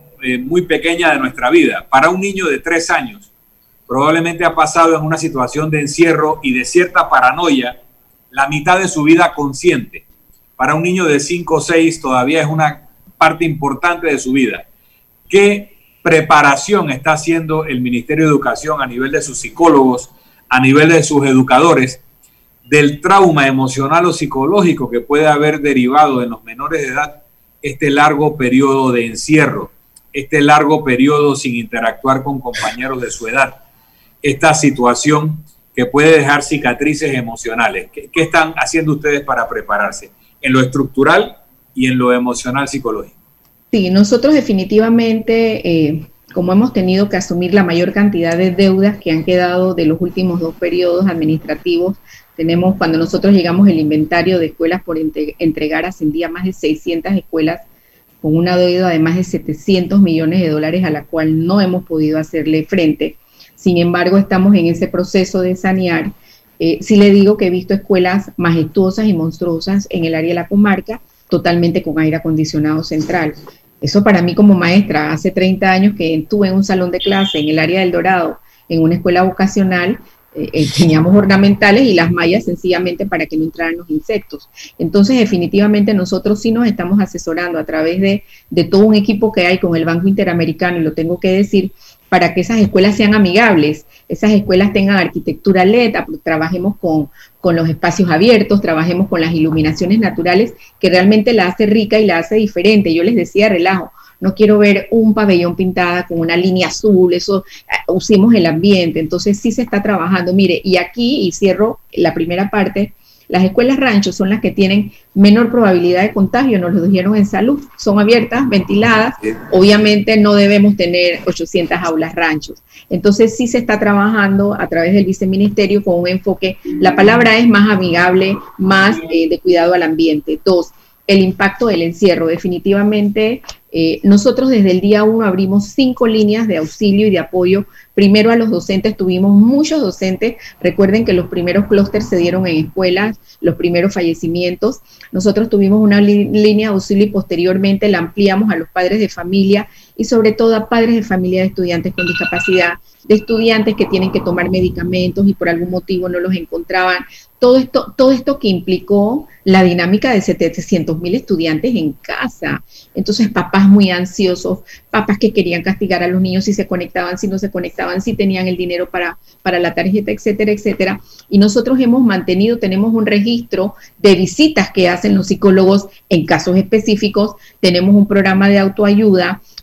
muy pequeña de nuestra vida. Para un niño de 3 años, probablemente ha pasado en una situación de encierro y de cierta paranoia la mitad de su vida consciente. Para un niño de 5 o 6 todavía es una parte importante de su vida. ¿Qué preparación está haciendo el Ministerio de Educación a nivel de sus psicólogos, a nivel de sus educadores, del trauma emocional o psicológico que puede haber derivado en los menores de edad este largo periodo de encierro, este largo periodo sin interactuar con compañeros de su edad, esta situación que puede dejar cicatrices emocionales? ¿Qué están haciendo ustedes para prepararse en lo estructural y en lo emocional psicológico? Sí, nosotros definitivamente, como hemos tenido que asumir la mayor cantidad de deudas que han quedado de los últimos 2 periodos administrativos, tenemos, cuando nosotros llegamos, el inventario de escuelas por entregar, ascendía a más de 600 escuelas con una deuda de más de $700 millones a la cual no hemos podido hacerle frente. Sin embargo, estamos en ese proceso de sanear. Sí le digo que he visto escuelas majestuosas y monstruosas en el área de la comarca, totalmente con aire acondicionado central. Eso para mí como maestra, hace 30 años que estuve en un salón de clase en el área del Dorado, en una escuela vocacional, teníamos ornamentales y las mallas sencillamente para que no entraran los insectos. Entonces, definitivamente nosotros sí nos estamos asesorando a través de todo un equipo que hay con el Banco Interamericano, y lo tengo que decir, para que esas escuelas sean amigables, esas escuelas tengan arquitectura LED, trabajemos con los espacios abiertos, trabajemos con las iluminaciones naturales, que realmente la hace rica y la hace diferente. Yo les decía, relajo, no quiero ver un pabellón pintada con una línea azul, eso, usemos el ambiente. Entonces sí se está trabajando. Mire, y aquí, y cierro la primera parte, las escuelas ranchos son las que tienen menor probabilidad de contagio, nos lo dijeron en salud, son abiertas, ventiladas, obviamente no debemos tener 800 aulas ranchos. Entonces sí se está trabajando a través del viceministerio con un enfoque, la palabra es más amigable, más de cuidado al ambiente. 2, el impacto del encierro. Definitivamente nosotros desde el día 1 abrimos 5 líneas de auxilio y de apoyo. Primero a los docentes, tuvimos muchos docentes. Recuerden que los primeros clústeres se dieron en escuelas, los primeros fallecimientos. Nosotros tuvimos una línea de auxilio y posteriormente la ampliamos a los padres de familia y sobre todo a padres de familia de estudiantes con discapacidad, de estudiantes que tienen que tomar medicamentos y por algún motivo no los encontraban. Todo esto que implicó la dinámica de 700.000 estudiantes en casa. Entonces, papás muy ansiosos, papás que querían castigar a los niños si se conectaban, si no se conectaban, si tenían el dinero para la tarjeta, etcétera, etcétera. Y nosotros tenemos un registro de visitas que hacen los psicólogos en casos específicos, tenemos un programa de autoayuda,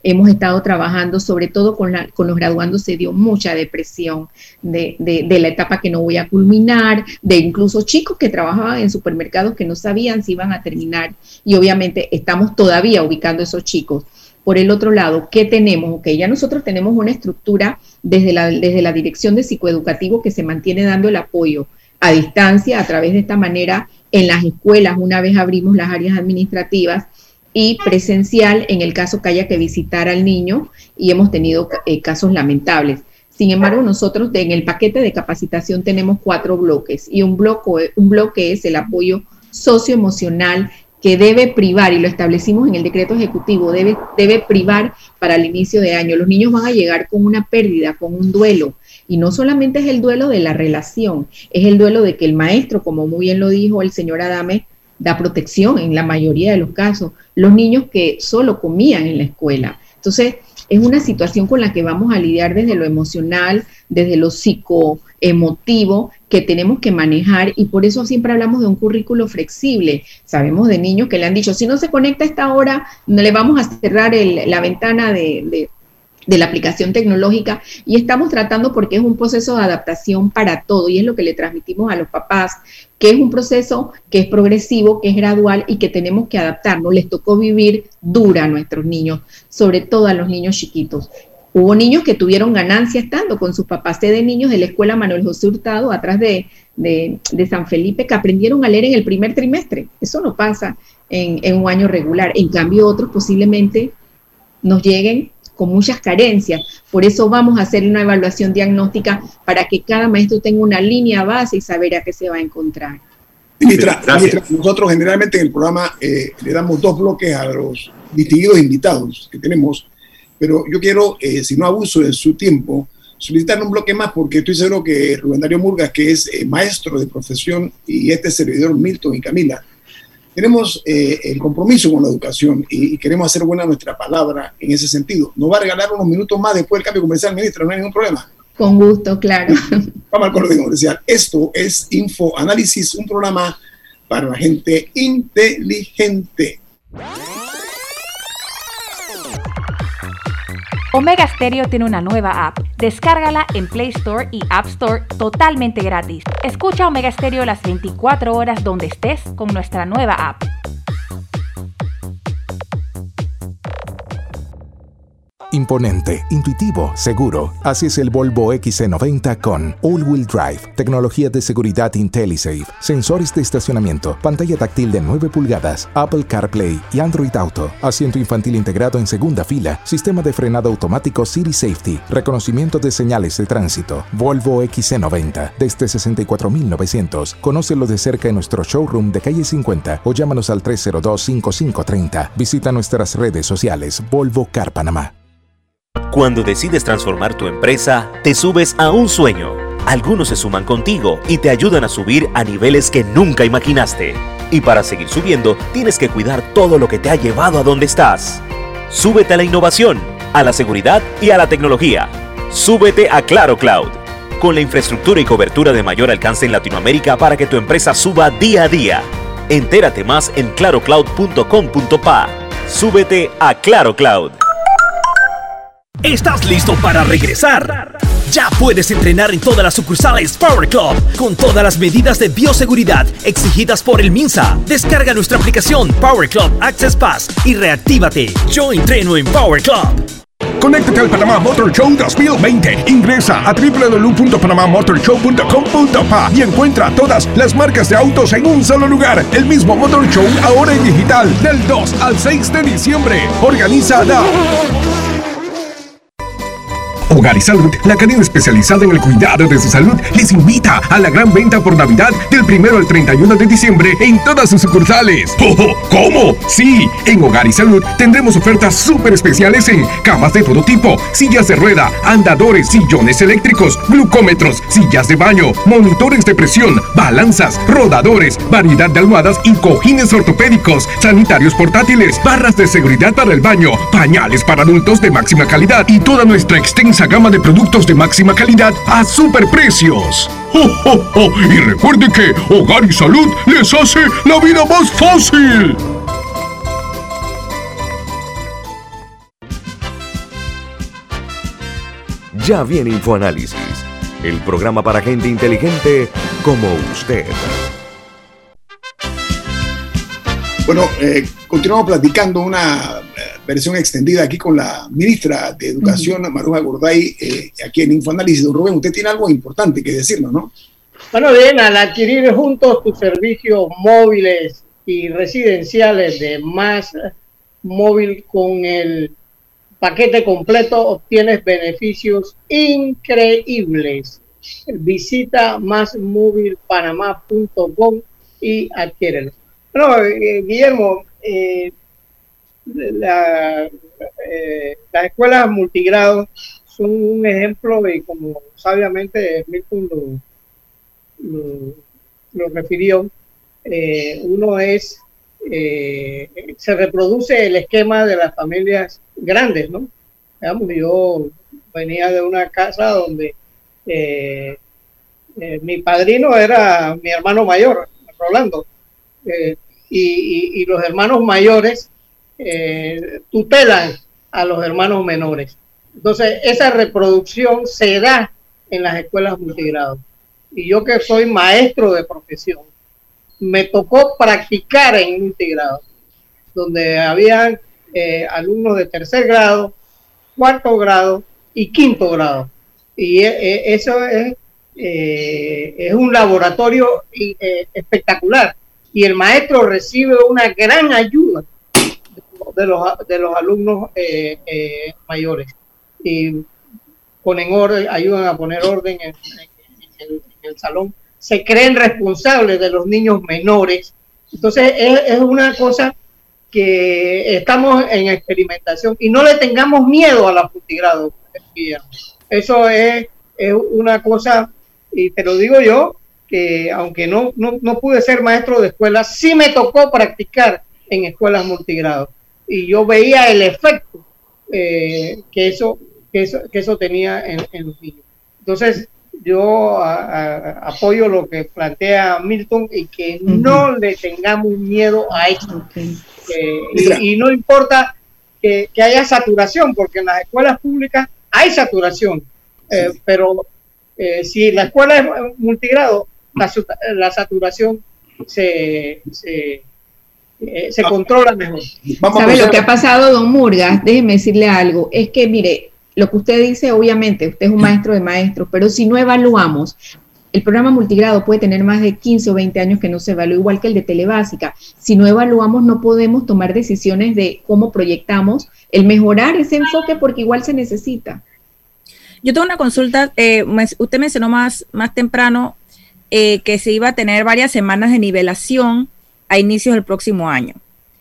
hemos estado trabajando, sobre todo con los graduandos se dio mucha depresión de la etapa que no voy a culminar, de incluso chicos que trabajaban en supermercados que no sabían si iban a terminar, y obviamente estamos todavía ubicando a esos chicos. Por el otro lado, ¿qué tenemos? Ok, ya nosotros tenemos una estructura desde la Dirección de Psicoeducativo que se mantiene dando el apoyo a distancia a través de esta manera en las escuelas, una vez abrimos las áreas administrativas, y presencial en el caso que haya que visitar al niño, y hemos tenido casos lamentables. Sin embargo, nosotros en el paquete de capacitación tenemos 4 bloques, y un bloque es el apoyo socioemocional, que debe privar, y lo establecimos en el decreto ejecutivo, debe privar para el inicio de año. Los niños van a llegar con una pérdida, con un duelo, y no solamente es el duelo de la relación, es el duelo de que el maestro, como muy bien lo dijo el señor Adame, da protección en la mayoría de los casos, los niños que solo comían en la escuela. Entonces, es una situación con la que vamos a lidiar desde lo emocional, desde lo psicoemotivo, que tenemos que manejar, y por eso siempre hablamos de un currículo flexible. Sabemos de niños que le han dicho, si no se conecta a esta hora, no le vamos a cerrar la ventana de la aplicación tecnológica, y estamos tratando, porque es un proceso de adaptación para todo, y es lo que le transmitimos a los papás, que es un proceso que es progresivo, que es gradual, y que tenemos que adaptarnos. Les tocó vivir dura a nuestros niños, sobre todo a los niños chiquitos. Hubo niños que tuvieron ganancia estando con sus papás. Sé de niños de la escuela Manuel José Hurtado, atrás de San Felipe, que aprendieron a leer en el primer trimestre. Eso no pasa en un año regular. En cambio, otros posiblemente nos lleguen con muchas carencias. Por eso vamos a hacer una evaluación diagnóstica para que cada maestro tenga una línea base y saber a qué se va a encontrar. Dimitra, nosotros generalmente en el programa le damos 2 bloques a los distinguidos invitados que tenemos, pero yo quiero, si no abuso de su tiempo, solicitar un bloque más, porque estoy seguro que Rubén Darío Murgas, que es maestro de profesión, y este servidor Milton y Camila, tenemos el compromiso con la educación y queremos hacer buena nuestra palabra en ese sentido. ¿Nos va a regalar unos minutos más después del cambio comercial, ministra? No hay ningún problema. Con gusto, claro. Vamos al corte comercial. Esto es Infoanálisis, un programa para la gente inteligente. Omega Stereo tiene una nueva app. Descárgala en Play Store y App Store totalmente gratis. Escucha Omega Stereo las 24 horas donde estés con nuestra nueva app. Imponente, intuitivo, seguro. Así es el Volvo XC90 con All-Wheel Drive, tecnología de seguridad IntelliSafe, sensores de estacionamiento, pantalla táctil de 9 pulgadas, Apple CarPlay y Android Auto, asiento infantil integrado en segunda fila, sistema de frenado automático City Safety, reconocimiento de señales de tránsito. Volvo XC90 desde 64,900. Conócelo de cerca en nuestro showroom de calle 50 o llámanos al 302-5530. Visita nuestras redes sociales Volvo Car Panamá. Cuando decides transformar tu empresa, te subes a un sueño. Algunos se suman contigo y te ayudan a subir a niveles que nunca imaginaste. Y para seguir subiendo, tienes que cuidar todo lo que te ha llevado a donde estás. Súbete a la innovación, a la seguridad y a la tecnología. Súbete a Claro Cloud, con la infraestructura y cobertura de mayor alcance en Latinoamérica para que tu empresa suba día a día. Entérate más en clarocloud.com.pa. Súbete a Claro Cloud. ¿Estás listo para regresar? Ya puedes entrenar en todas las sucursales Power Club con todas las medidas de bioseguridad exigidas por el MINSA. Descarga nuestra aplicación Power Club Access Pass y reactívate. Yo entreno en Power Club. Conéctate al Panamá Motor Show 2020. Ingresa a www.panamamotorshow.com.pa y encuentra todas las marcas de autos en un solo lugar. El mismo Motor Show ahora en digital, del 2 al 6 de diciembre. Organiza DAO. Hogar y Salud, la cadena especializada en el cuidado de su salud, les invita a la gran venta por Navidad del 1 al 31 de diciembre en todas sus sucursales. ¿Cómo? Sí, en Hogar y Salud tendremos ofertas súper especiales en camas de todo tipo, sillas de rueda, andadores, sillones eléctricos, glucómetros, sillas de baño, monitores de presión, balanzas, rodadores, variedad de almohadas y cojines ortopédicos, sanitarios portátiles, barras de seguridad para el baño, pañales para adultos de máxima calidad y toda nuestra extensa gama de productos de máxima calidad a superprecios. Y recuerde que Hogar y Salud les hace la vida más fácil. Ya viene InfoAnálisis, el programa para gente inteligente como usted. Bueno, continuamos platicando una versión extendida aquí con la ministra de Educación, Maruja Gorday, aquí en InfoAnálisis. Don Rubén, usted tiene algo importante que decirnos, ¿no? Bueno, bien, al adquirir juntos tus servicios móviles y residenciales de Más Móvil con el paquete completo, obtienes beneficios increíbles. Visita másmóvilpanamá.com y adquiérelo. Bueno, Guillermo, las escuelas multigrado son un ejemplo, y como sabiamente Milton lo refirió, uno es, se reproduce el esquema de las familias grandes, ¿no? Digamos, yo venía de una casa donde mi padrino era mi hermano mayor, Rolando, y los hermanos mayores tutelan a los hermanos menores. Entonces, esa reproducción se da en las escuelas multigrado. Y yo, que soy maestro de profesión, me tocó practicar en multigrado, donde habían alumnos de tercer grado, cuarto grado y quinto grado. Y eso es un laboratorio espectacular. Y el maestro recibe una gran ayuda de los alumnos mayores. Y ponen orden, ayudan a poner orden en el salón. Se creen responsables de los niños menores. Entonces es una cosa que estamos en experimentación, y no le tengamos miedo a la multigrado. Eso es una cosa, y te lo digo yo, que aunque no pude ser maestro de escuela, sí me tocó practicar en escuelas multigrado, y yo veía el efecto que eso tenía en los niños. Entonces yo apoyo lo que plantea Milton, y que no le tengamos miedo a esto. Y no importa que haya saturación, porque en las escuelas públicas hay saturación, pero si la escuela es multigrado, la saturación se controla mejor. ¿Sabe lo que ha pasado, don Murgas? Déjeme decirle algo. Es que, mire, lo que usted dice, obviamente, usted es un maestro de maestros, pero si no evaluamos, el programa multigrado puede tener más de 15 o 20 años que no se evalúa, igual que el de telebásica. Si no evaluamos, no podemos tomar decisiones de cómo proyectamos el mejorar ese enfoque, porque igual se necesita. Yo tengo una consulta. Usted mencionó más temprano que se iba a tener varias semanas de nivelación a inicios del próximo año.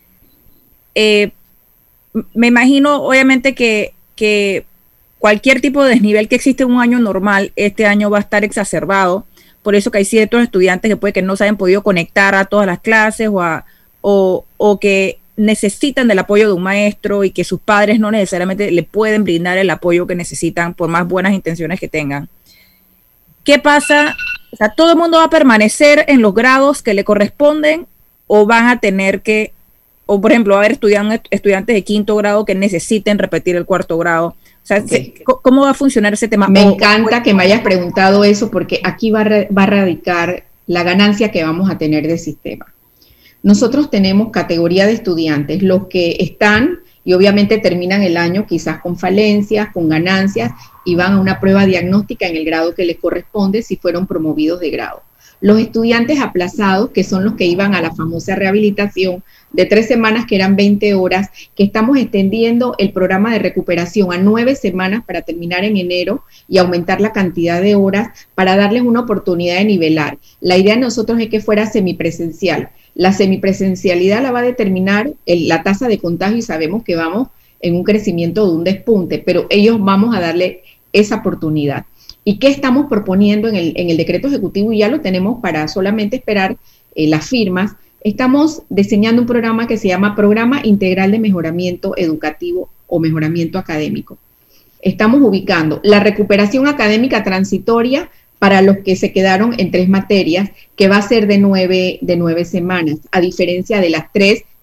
Me imagino, obviamente, que cualquier tipo de desnivel que existe en un año normal, este año va a estar exacerbado. Por eso que hay ciertos estudiantes que puede que no se hayan podido conectar a todas las clases, o que necesitan del apoyo de un maestro, y que sus padres no necesariamente le pueden brindar el apoyo que necesitan, por más buenas intenciones que tengan. ¿Qué pasa? O sea, ¿todo el mundo va a permanecer en los grados que le corresponden, o van a tener que, o por ejemplo, va a haber estudiantes de quinto grado que necesiten repetir el cuarto grado? O sea, ¿cómo va a funcionar ese tema? Me encanta que me hayas preguntado eso, porque aquí va a radicar la ganancia que vamos a tener del sistema. Nosotros tenemos categoría de estudiantes, los que están y obviamente terminan el año quizás con falencias, con ganancias, y van a una prueba diagnóstica en el grado que les corresponde si fueron promovidos de grado. Los estudiantes aplazados, que son los que iban a la famosa rehabilitación de 3 semanas, que eran 20 horas, que estamos extendiendo el programa de recuperación a 9 semanas para terminar en enero y aumentar la cantidad de horas para darles una oportunidad de nivelar. La idea de nosotros es que fuera semipresencial. La semipresencialidad la va a determinar la tasa de contagio, y sabemos que vamos en un crecimiento de un despunte, pero ellos vamos a darle esa oportunidad. ¿Y qué estamos proponiendo en el decreto ejecutivo? Y ya lo tenemos para solamente esperar las firmas. Estamos diseñando un programa que se llama Programa Integral de Mejoramiento Educativo o Mejoramiento Académico. Estamos ubicando la recuperación académica transitoria para los que se quedaron en 3 materias, que va a ser de 9 semanas, a diferencia de las 3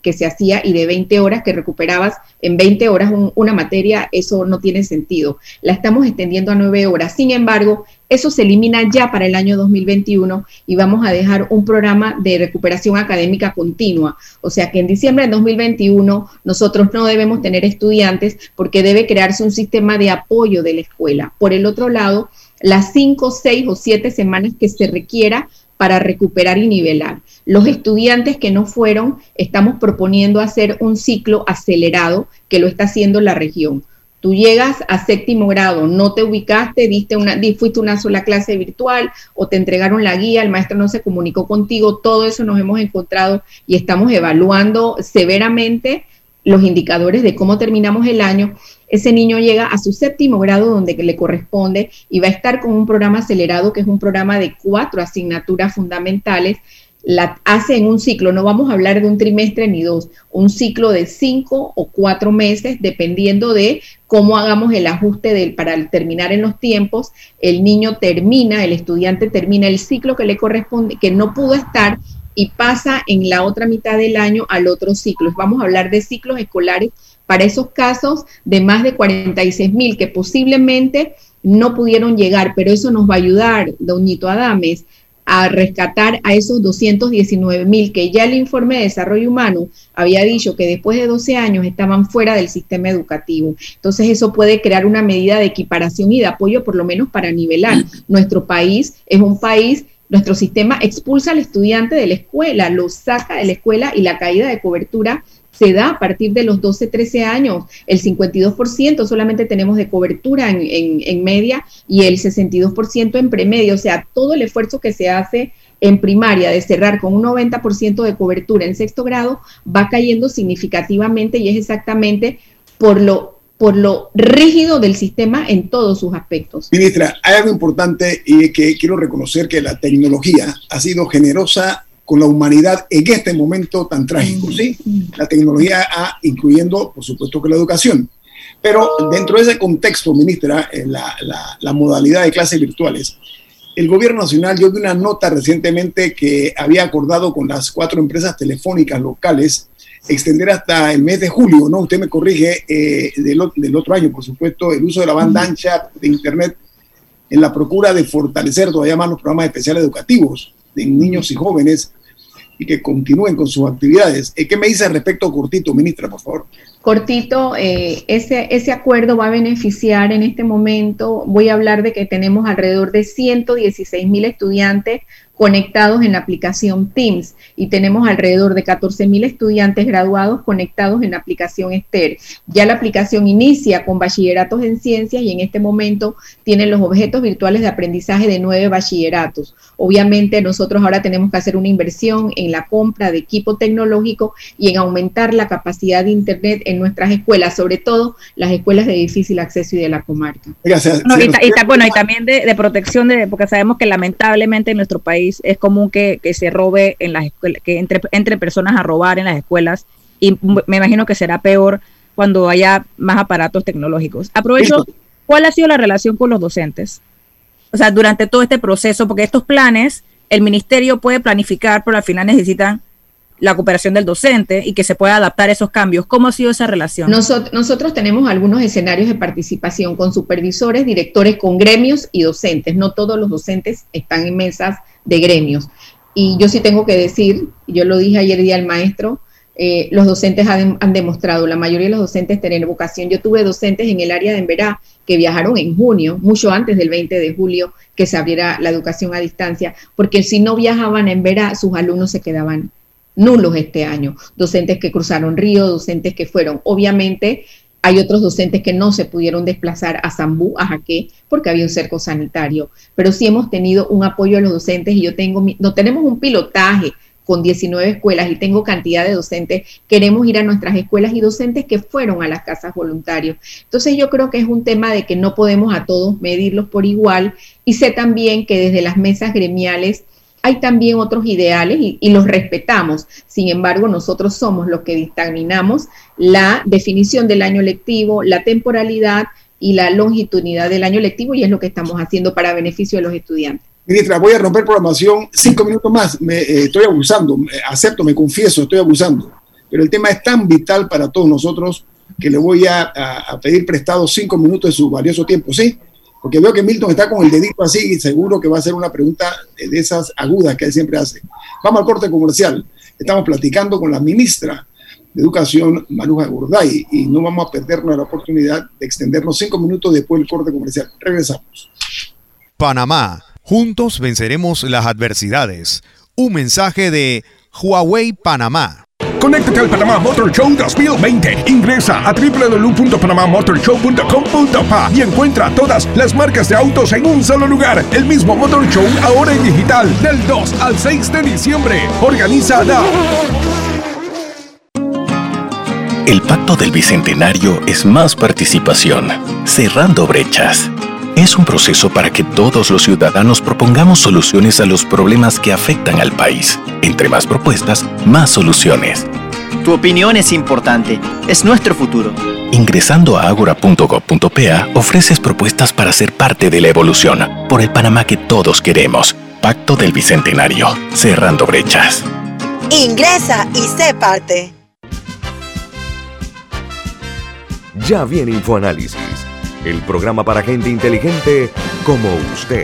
que se hacía y de 20 horas que recuperabas en 20 horas una materia, eso no tiene sentido. La estamos extendiendo a 9 horas. Sin embargo, eso se elimina ya para el año 2021 y vamos a dejar un programa de recuperación académica continua. O sea que en diciembre de 2021 nosotros no debemos tener estudiantes porque debe crearse un sistema de apoyo de la escuela. Por el otro lado, las 5, 6 o 7 semanas que se requiera para recuperar y nivelar. Los estudiantes que no fueron, estamos proponiendo hacer un ciclo acelerado que lo está haciendo la región. Tú llegas a 7º grado, no te ubicaste, fuiste una sola clase virtual o te entregaron la guía, el maestro no se comunicó contigo, todo eso nos hemos encontrado y estamos evaluando severamente los indicadores de cómo terminamos el año. Ese niño llega a su 7º grado donde le corresponde y va a estar con un programa acelerado que es un programa de 4 asignaturas fundamentales. La hace en un ciclo, no vamos a hablar de un trimestre ni 2, un ciclo de 5 o 4 meses, dependiendo de cómo hagamos el ajuste para terminar en los tiempos. El estudiante termina el ciclo que le corresponde, que no pudo estar, y pasa en la otra mitad del año al otro ciclo. Vamos a hablar de ciclos escolares para esos casos de más de 46,000 que posiblemente no pudieron llegar, pero eso nos va a ayudar, don Nito Adames, a rescatar a esos 219,000 que ya el informe de desarrollo humano había dicho que después de 12 años estaban fuera del sistema educativo. Entonces eso puede crear una medida de equiparación y de apoyo por lo menos para nivelar. Nuestro país es un país, nuestro sistema expulsa al estudiante de la escuela, lo saca de la escuela y la caída de cobertura se da a partir de los 12, 13 años. El 52% solamente tenemos de cobertura en media y el 62% en premedia. O sea, todo el esfuerzo que se hace en primaria de cerrar con un 90% de cobertura en 6º grado va cayendo significativamente y es exactamente por lo rígido del sistema en todos sus aspectos. Ministra, hay algo importante y que quiero reconocer que la tecnología ha sido generosa con la humanidad en este momento tan trágico, ¿sí? La tecnología incluyendo, por supuesto, que la educación. Pero dentro de ese contexto, ministra, la modalidad de clases virtuales, el gobierno nacional, yo vi una nota recientemente que había acordado con las 4 empresas telefónicas locales extender hasta el mes de julio, ¿no? Usted me corrige, del otro año, por supuesto, el uso de la banda ancha de Internet en la procura de fortalecer todavía más los programas especiales educativos de niños y jóvenes y que continúen con sus actividades. ¿Qué me dice al respecto, cortito, ministra, por favor? Cortito, ese acuerdo va a beneficiar en este momento, voy a hablar de que tenemos alrededor de 116,000 estudiantes conectados en la aplicación Teams y tenemos alrededor de 14,000 estudiantes graduados conectados en la aplicación Esther. Ya la aplicación inicia con bachilleratos en ciencias y en este momento tienen los objetos virtuales de aprendizaje de 9 bachilleratos. Obviamente nosotros ahora tenemos que hacer una inversión en la compra de equipo tecnológico y en aumentar la capacidad de Internet en nuestras escuelas, sobre todo las escuelas de difícil acceso y de la comarca. Gracias. Y también de protección, porque sabemos que lamentablemente en nuestro país es común que se robe en las escuelas, que entre personas a robar en las escuelas, y me imagino que será peor cuando haya más aparatos tecnológicos. Aprovecho, ¿cuál ha sido la relación con los docentes? O sea, durante todo este proceso, porque estos planes, el ministerio puede planificar, pero al final necesitan la cooperación del docente y que se pueda adaptar a esos cambios. ¿Cómo ha sido esa relación? Nosotros tenemos algunos escenarios de participación con supervisores, directores, con gremios y docentes. No todos los docentes están en mesas de gremios. Y yo sí tengo que decir, yo lo dije ayer día al maestro, los docentes han demostrado, la mayoría de los docentes tener vocación. Yo tuve docentes en el área de Emberá que viajaron en junio, mucho antes del 20 de julio, que se abriera la educación a distancia, porque si no viajaban a Emberá, sus alumnos se quedaban nulos este año. Docentes que cruzaron río, docentes que fueron. Obviamente hay otros docentes que no se pudieron desplazar a Zambú, a Jaque, porque había un cerco sanitario. Pero sí hemos tenido un apoyo a los docentes y tenemos un pilotaje con 19 escuelas y tengo cantidad de docentes. Queremos ir a nuestras escuelas y docentes que fueron a las casas voluntarios. Entonces yo creo que es un tema de que no podemos a todos medirlos por igual y sé también que desde las mesas gremiales hay también otros ideales y los respetamos. Sin embargo, nosotros somos los que dictaminamos la definición del año lectivo, la temporalidad y la longitudinalidad del año lectivo y es lo que estamos haciendo para beneficio de los estudiantes. Ministra, voy a romper programación 5 minutos más. Estoy abusando, acepto, me confieso, estoy abusando. pero el tema es tan vital para todos nosotros que le voy a pedir prestado 5 minutos de su valioso tiempo, ¿sí? Porque veo que Milton está con el dedito así y seguro que va a hacer una pregunta de esas agudas que él siempre hace. Vamos al corte comercial. Estamos platicando con la ministra de Educación, Maruja Gurday, y no vamos a perdernos la oportunidad de extendernos 5 minutos después del corte comercial. Regresamos. Panamá, juntos venceremos las adversidades. Un mensaje de Huawei Panamá. Conéctate al Panamá Motor Show 2020. Ingresa a www.panamamotorshow.com.pa y encuentra todas las marcas de autos en un solo lugar. El mismo Motor Show ahora en digital, del 2 al 6 de diciembre. Organiza DA. El Pacto del Bicentenario es más participación, cerrando brechas. Es un proceso para que todos los ciudadanos propongamos soluciones a los problemas que afectan al país. Entre más propuestas, más soluciones. Tu opinión es importante. Es nuestro futuro. Ingresando a agora.gov.pa, ofreces propuestas para ser parte de la evolución, por el Panamá que todos queremos. Pacto del Bicentenario, cerrando brechas. Ingresa y sé parte. Ya viene InfoAnálisis, el programa para gente inteligente como usted.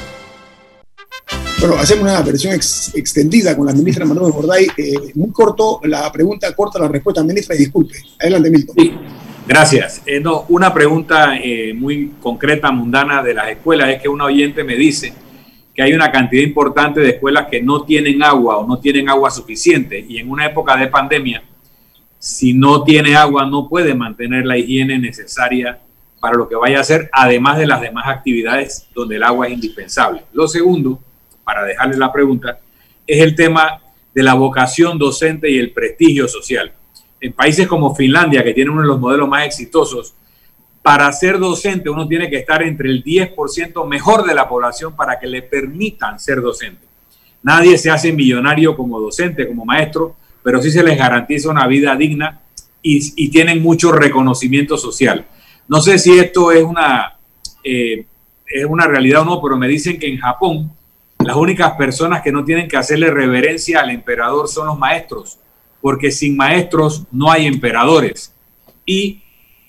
Bueno, hacemos una versión extendida con la ministra Maruja Gurday. Muy corto la pregunta, corta la respuesta. Ministra, y disculpe. Adelante, Milton. Sí, gracias. Una pregunta muy concreta, mundana de las escuelas, es que una oyente me dice que hay una cantidad importante de escuelas que no tienen agua o no tienen agua suficiente, y en una época de pandemia, si no tiene agua, no puede mantener la higiene necesaria para lo que vaya a hacer, además de las demás actividades donde el agua es indispensable. Lo segundo, para dejarle la pregunta, es el tema de la vocación docente y el prestigio social. En países como Finlandia, que tiene uno de los modelos más exitosos, para ser docente uno tiene que estar entre el 10% mejor de la población para que le permitan ser docente. Nadie se hace millonario como docente, como maestro, pero sí se les garantiza una vida digna y tienen mucho reconocimiento social. No sé si esto es una realidad o no, pero me dicen que en Japón las únicas personas que no tienen que hacerle reverencia al emperador son los maestros, porque sin maestros no hay emperadores. Y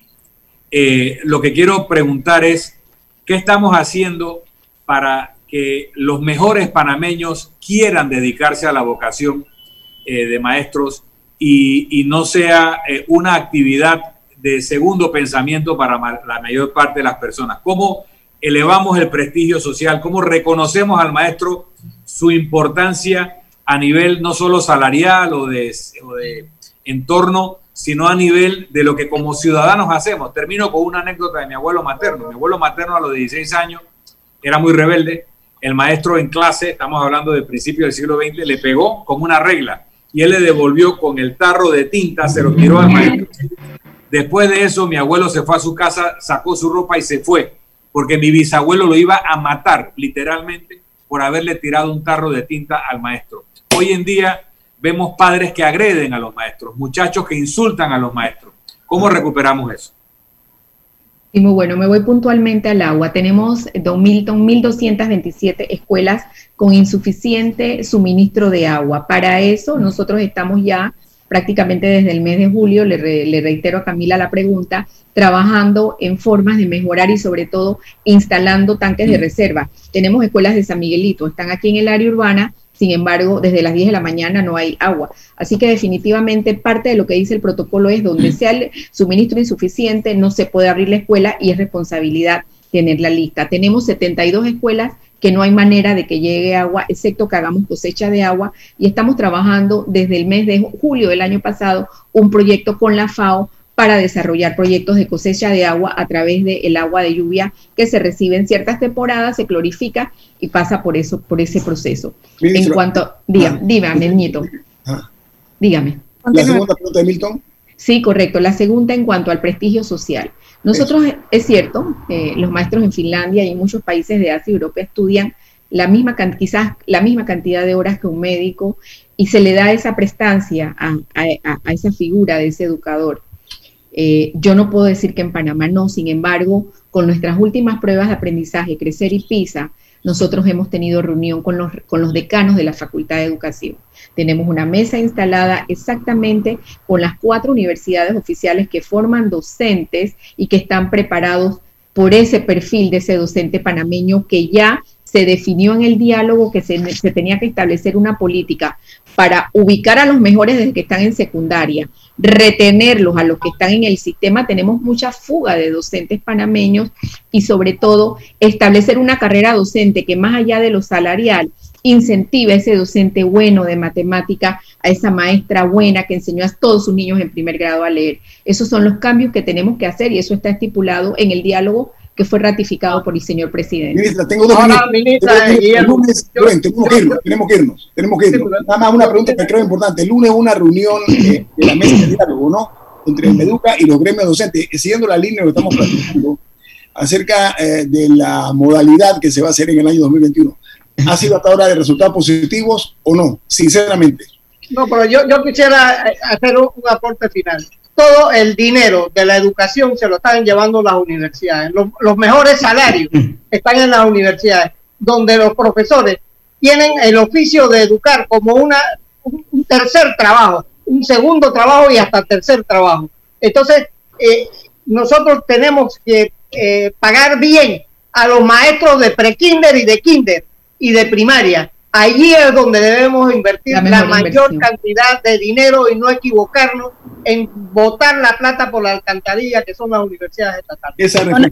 lo que quiero preguntar es, ¿qué estamos haciendo para que los mejores panameños quieran dedicarse a la vocación de maestros y no sea una actividad de segundo pensamiento para la mayor parte de las personas? ¿Cómo elevamos el prestigio social? ¿Cómo reconocemos al maestro su importancia a nivel no solo salarial o de entorno, sino a nivel de lo que como ciudadanos hacemos? Termino con una anécdota de mi abuelo materno. Mi abuelo materno a los 16 años era muy rebelde. El maestro en clase, estamos hablando del principio del siglo XX, le pegó con una regla y él le devolvió con el tarro de tinta, se lo tiró al maestro. Después de eso, mi abuelo se fue a su casa, sacó su ropa y se fue, porque mi bisabuelo lo iba a matar, literalmente, por haberle tirado un tarro de tinta al maestro. Hoy en día vemos padres que agreden a los maestros, muchachos que insultan a los maestros. ¿Cómo recuperamos eso? Y muy bueno, me voy puntualmente al agua. Tenemos 1.227 escuelas con insuficiente suministro de agua. Para eso nosotros estamos ya prácticamente desde el mes de julio, le reitero a Camila la pregunta, trabajando en formas de mejorar y sobre todo instalando tanques de reserva. Tenemos escuelas de San Miguelito, están aquí en el área urbana, sin embargo, desde las 10 de la mañana no hay agua. Así que definitivamente parte de lo que dice el protocolo es donde sea el suministro insuficiente, no se puede abrir la escuela y es responsabilidad tenerla lista. Tenemos 72 escuelas que no hay manera de que llegue agua, excepto que hagamos cosecha de agua, y estamos trabajando desde el mes de julio del año pasado un proyecto con la FAO para desarrollar proyectos de cosecha de agua a través del agua de lluvia que se recibe en ciertas temporadas, se clorifica y pasa por ese proceso. Ministro, en cuanto, dígame, Nieto. Dígame. ¿La segunda pregunta de Milton? Sí, correcto. La segunda en cuanto al prestigio social. Nosotros, es cierto, los maestros en Finlandia y en muchos países de Asia y Europa estudian quizás la misma cantidad de horas que un médico y se le da esa prestancia a esa figura de ese educador. Yo no puedo decir que en Panamá no, sin embargo, con nuestras últimas pruebas de aprendizaje, Crecer y PISA, nosotros hemos tenido reunión con los decanos de la Facultad de Educación. Tenemos una mesa instalada exactamente con las 4 universidades oficiales que forman docentes y que están preparados por ese perfil de ese docente panameño que ya se definió en el diálogo que se tenía que establecer una política para ubicar a los mejores desde que están en secundaria, retenerlos a los que están en el sistema. Tenemos mucha fuga de docentes panameños y sobre todo establecer una carrera docente que más allá de lo salarial incentive a ese docente bueno de matemática, a esa maestra buena que enseñó a todos sus niños en primer grado a leer. Esos son los cambios que tenemos que hacer y eso está estipulado en el diálogo que fue ratificado por el señor presidente. Ministra, tengo 2 minutos. Tenemos que irnos. Nada más una pregunta que creo importante. El lunes una reunión de la mesa de diálogo, ¿no? Entre el Meduca y los gremios docentes, siguiendo la línea que estamos platicando acerca de la modalidad que se va a hacer en el año 2021. ¿Ha sido hasta ahora de resultados positivos o no? Sinceramente. No, pero yo quisiera hacer un aporte final. Todo el dinero de la educación se lo están llevando las universidades. Los mejores salarios están en las universidades, donde los profesores tienen el oficio de educar como un tercer trabajo, un segundo trabajo y hasta tercer trabajo. Entonces, nosotros tenemos que pagar bien a los maestros de prekinder y de kinder y de primaria. Allí es donde debemos invertir la mayor cantidad de dinero y no equivocarnos en botar la plata por la alcantarilla que son las universidades estatales.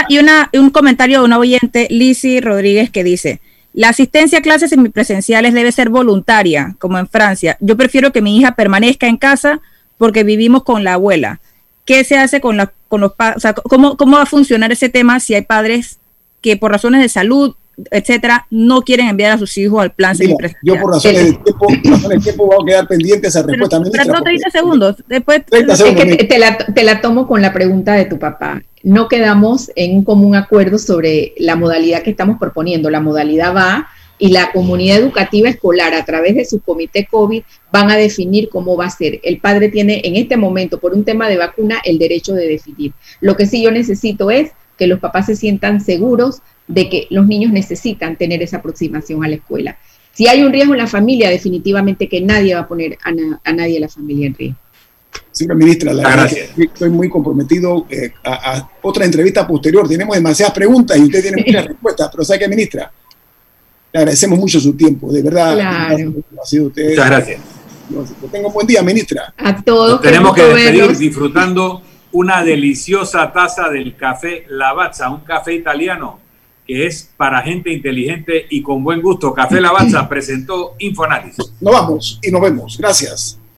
Y un comentario de una oyente, Lizzy Rodríguez, que dice: la asistencia a clases semipresenciales debe ser voluntaria, como en Francia. Yo prefiero que mi hija permanezca en casa porque vivimos con la abuela. ¿Qué se hace con los padres? O sea, ¿cómo va a funcionar ese tema si hay padres que por razones de salud, etcétera, no quieren enviar a sus hijos al plan semipresencial? Yo por razones de tiempo voy a quedar pendiente esa respuesta. Pero 30 segundos. Después 30 segundos. Es que te la tomo con la pregunta de tu papá. No quedamos en un común acuerdo sobre la modalidad que estamos proponiendo. La modalidad va y la comunidad educativa escolar a través de su comité COVID van a definir cómo va a ser. El padre tiene en este momento, por un tema de vacuna, el derecho de decidir. Lo que sí yo necesito es que los papás se sientan seguros de que los niños necesitan tener esa aproximación a la escuela. Si hay un riesgo en la familia, definitivamente que nadie va a poner a nadie de la familia en riesgo. Señora ministra, la verdad que estoy muy comprometido a otra entrevista posterior. Tenemos demasiadas preguntas y usted tiene muchas respuestas, pero ¿sabe qué, ministra? Le agradecemos mucho su tiempo, de verdad. Claro. Ha sido usted. Muchas gracias. Que tenga un buen día, ministra. A todos. Nos tenemos que despedir disfrutando una deliciosa taza del café Lavazza, un café italiano que es para gente inteligente y con buen gusto. Café Lavazza presentó Infoanálisis. Nos vamos y nos vemos. Gracias.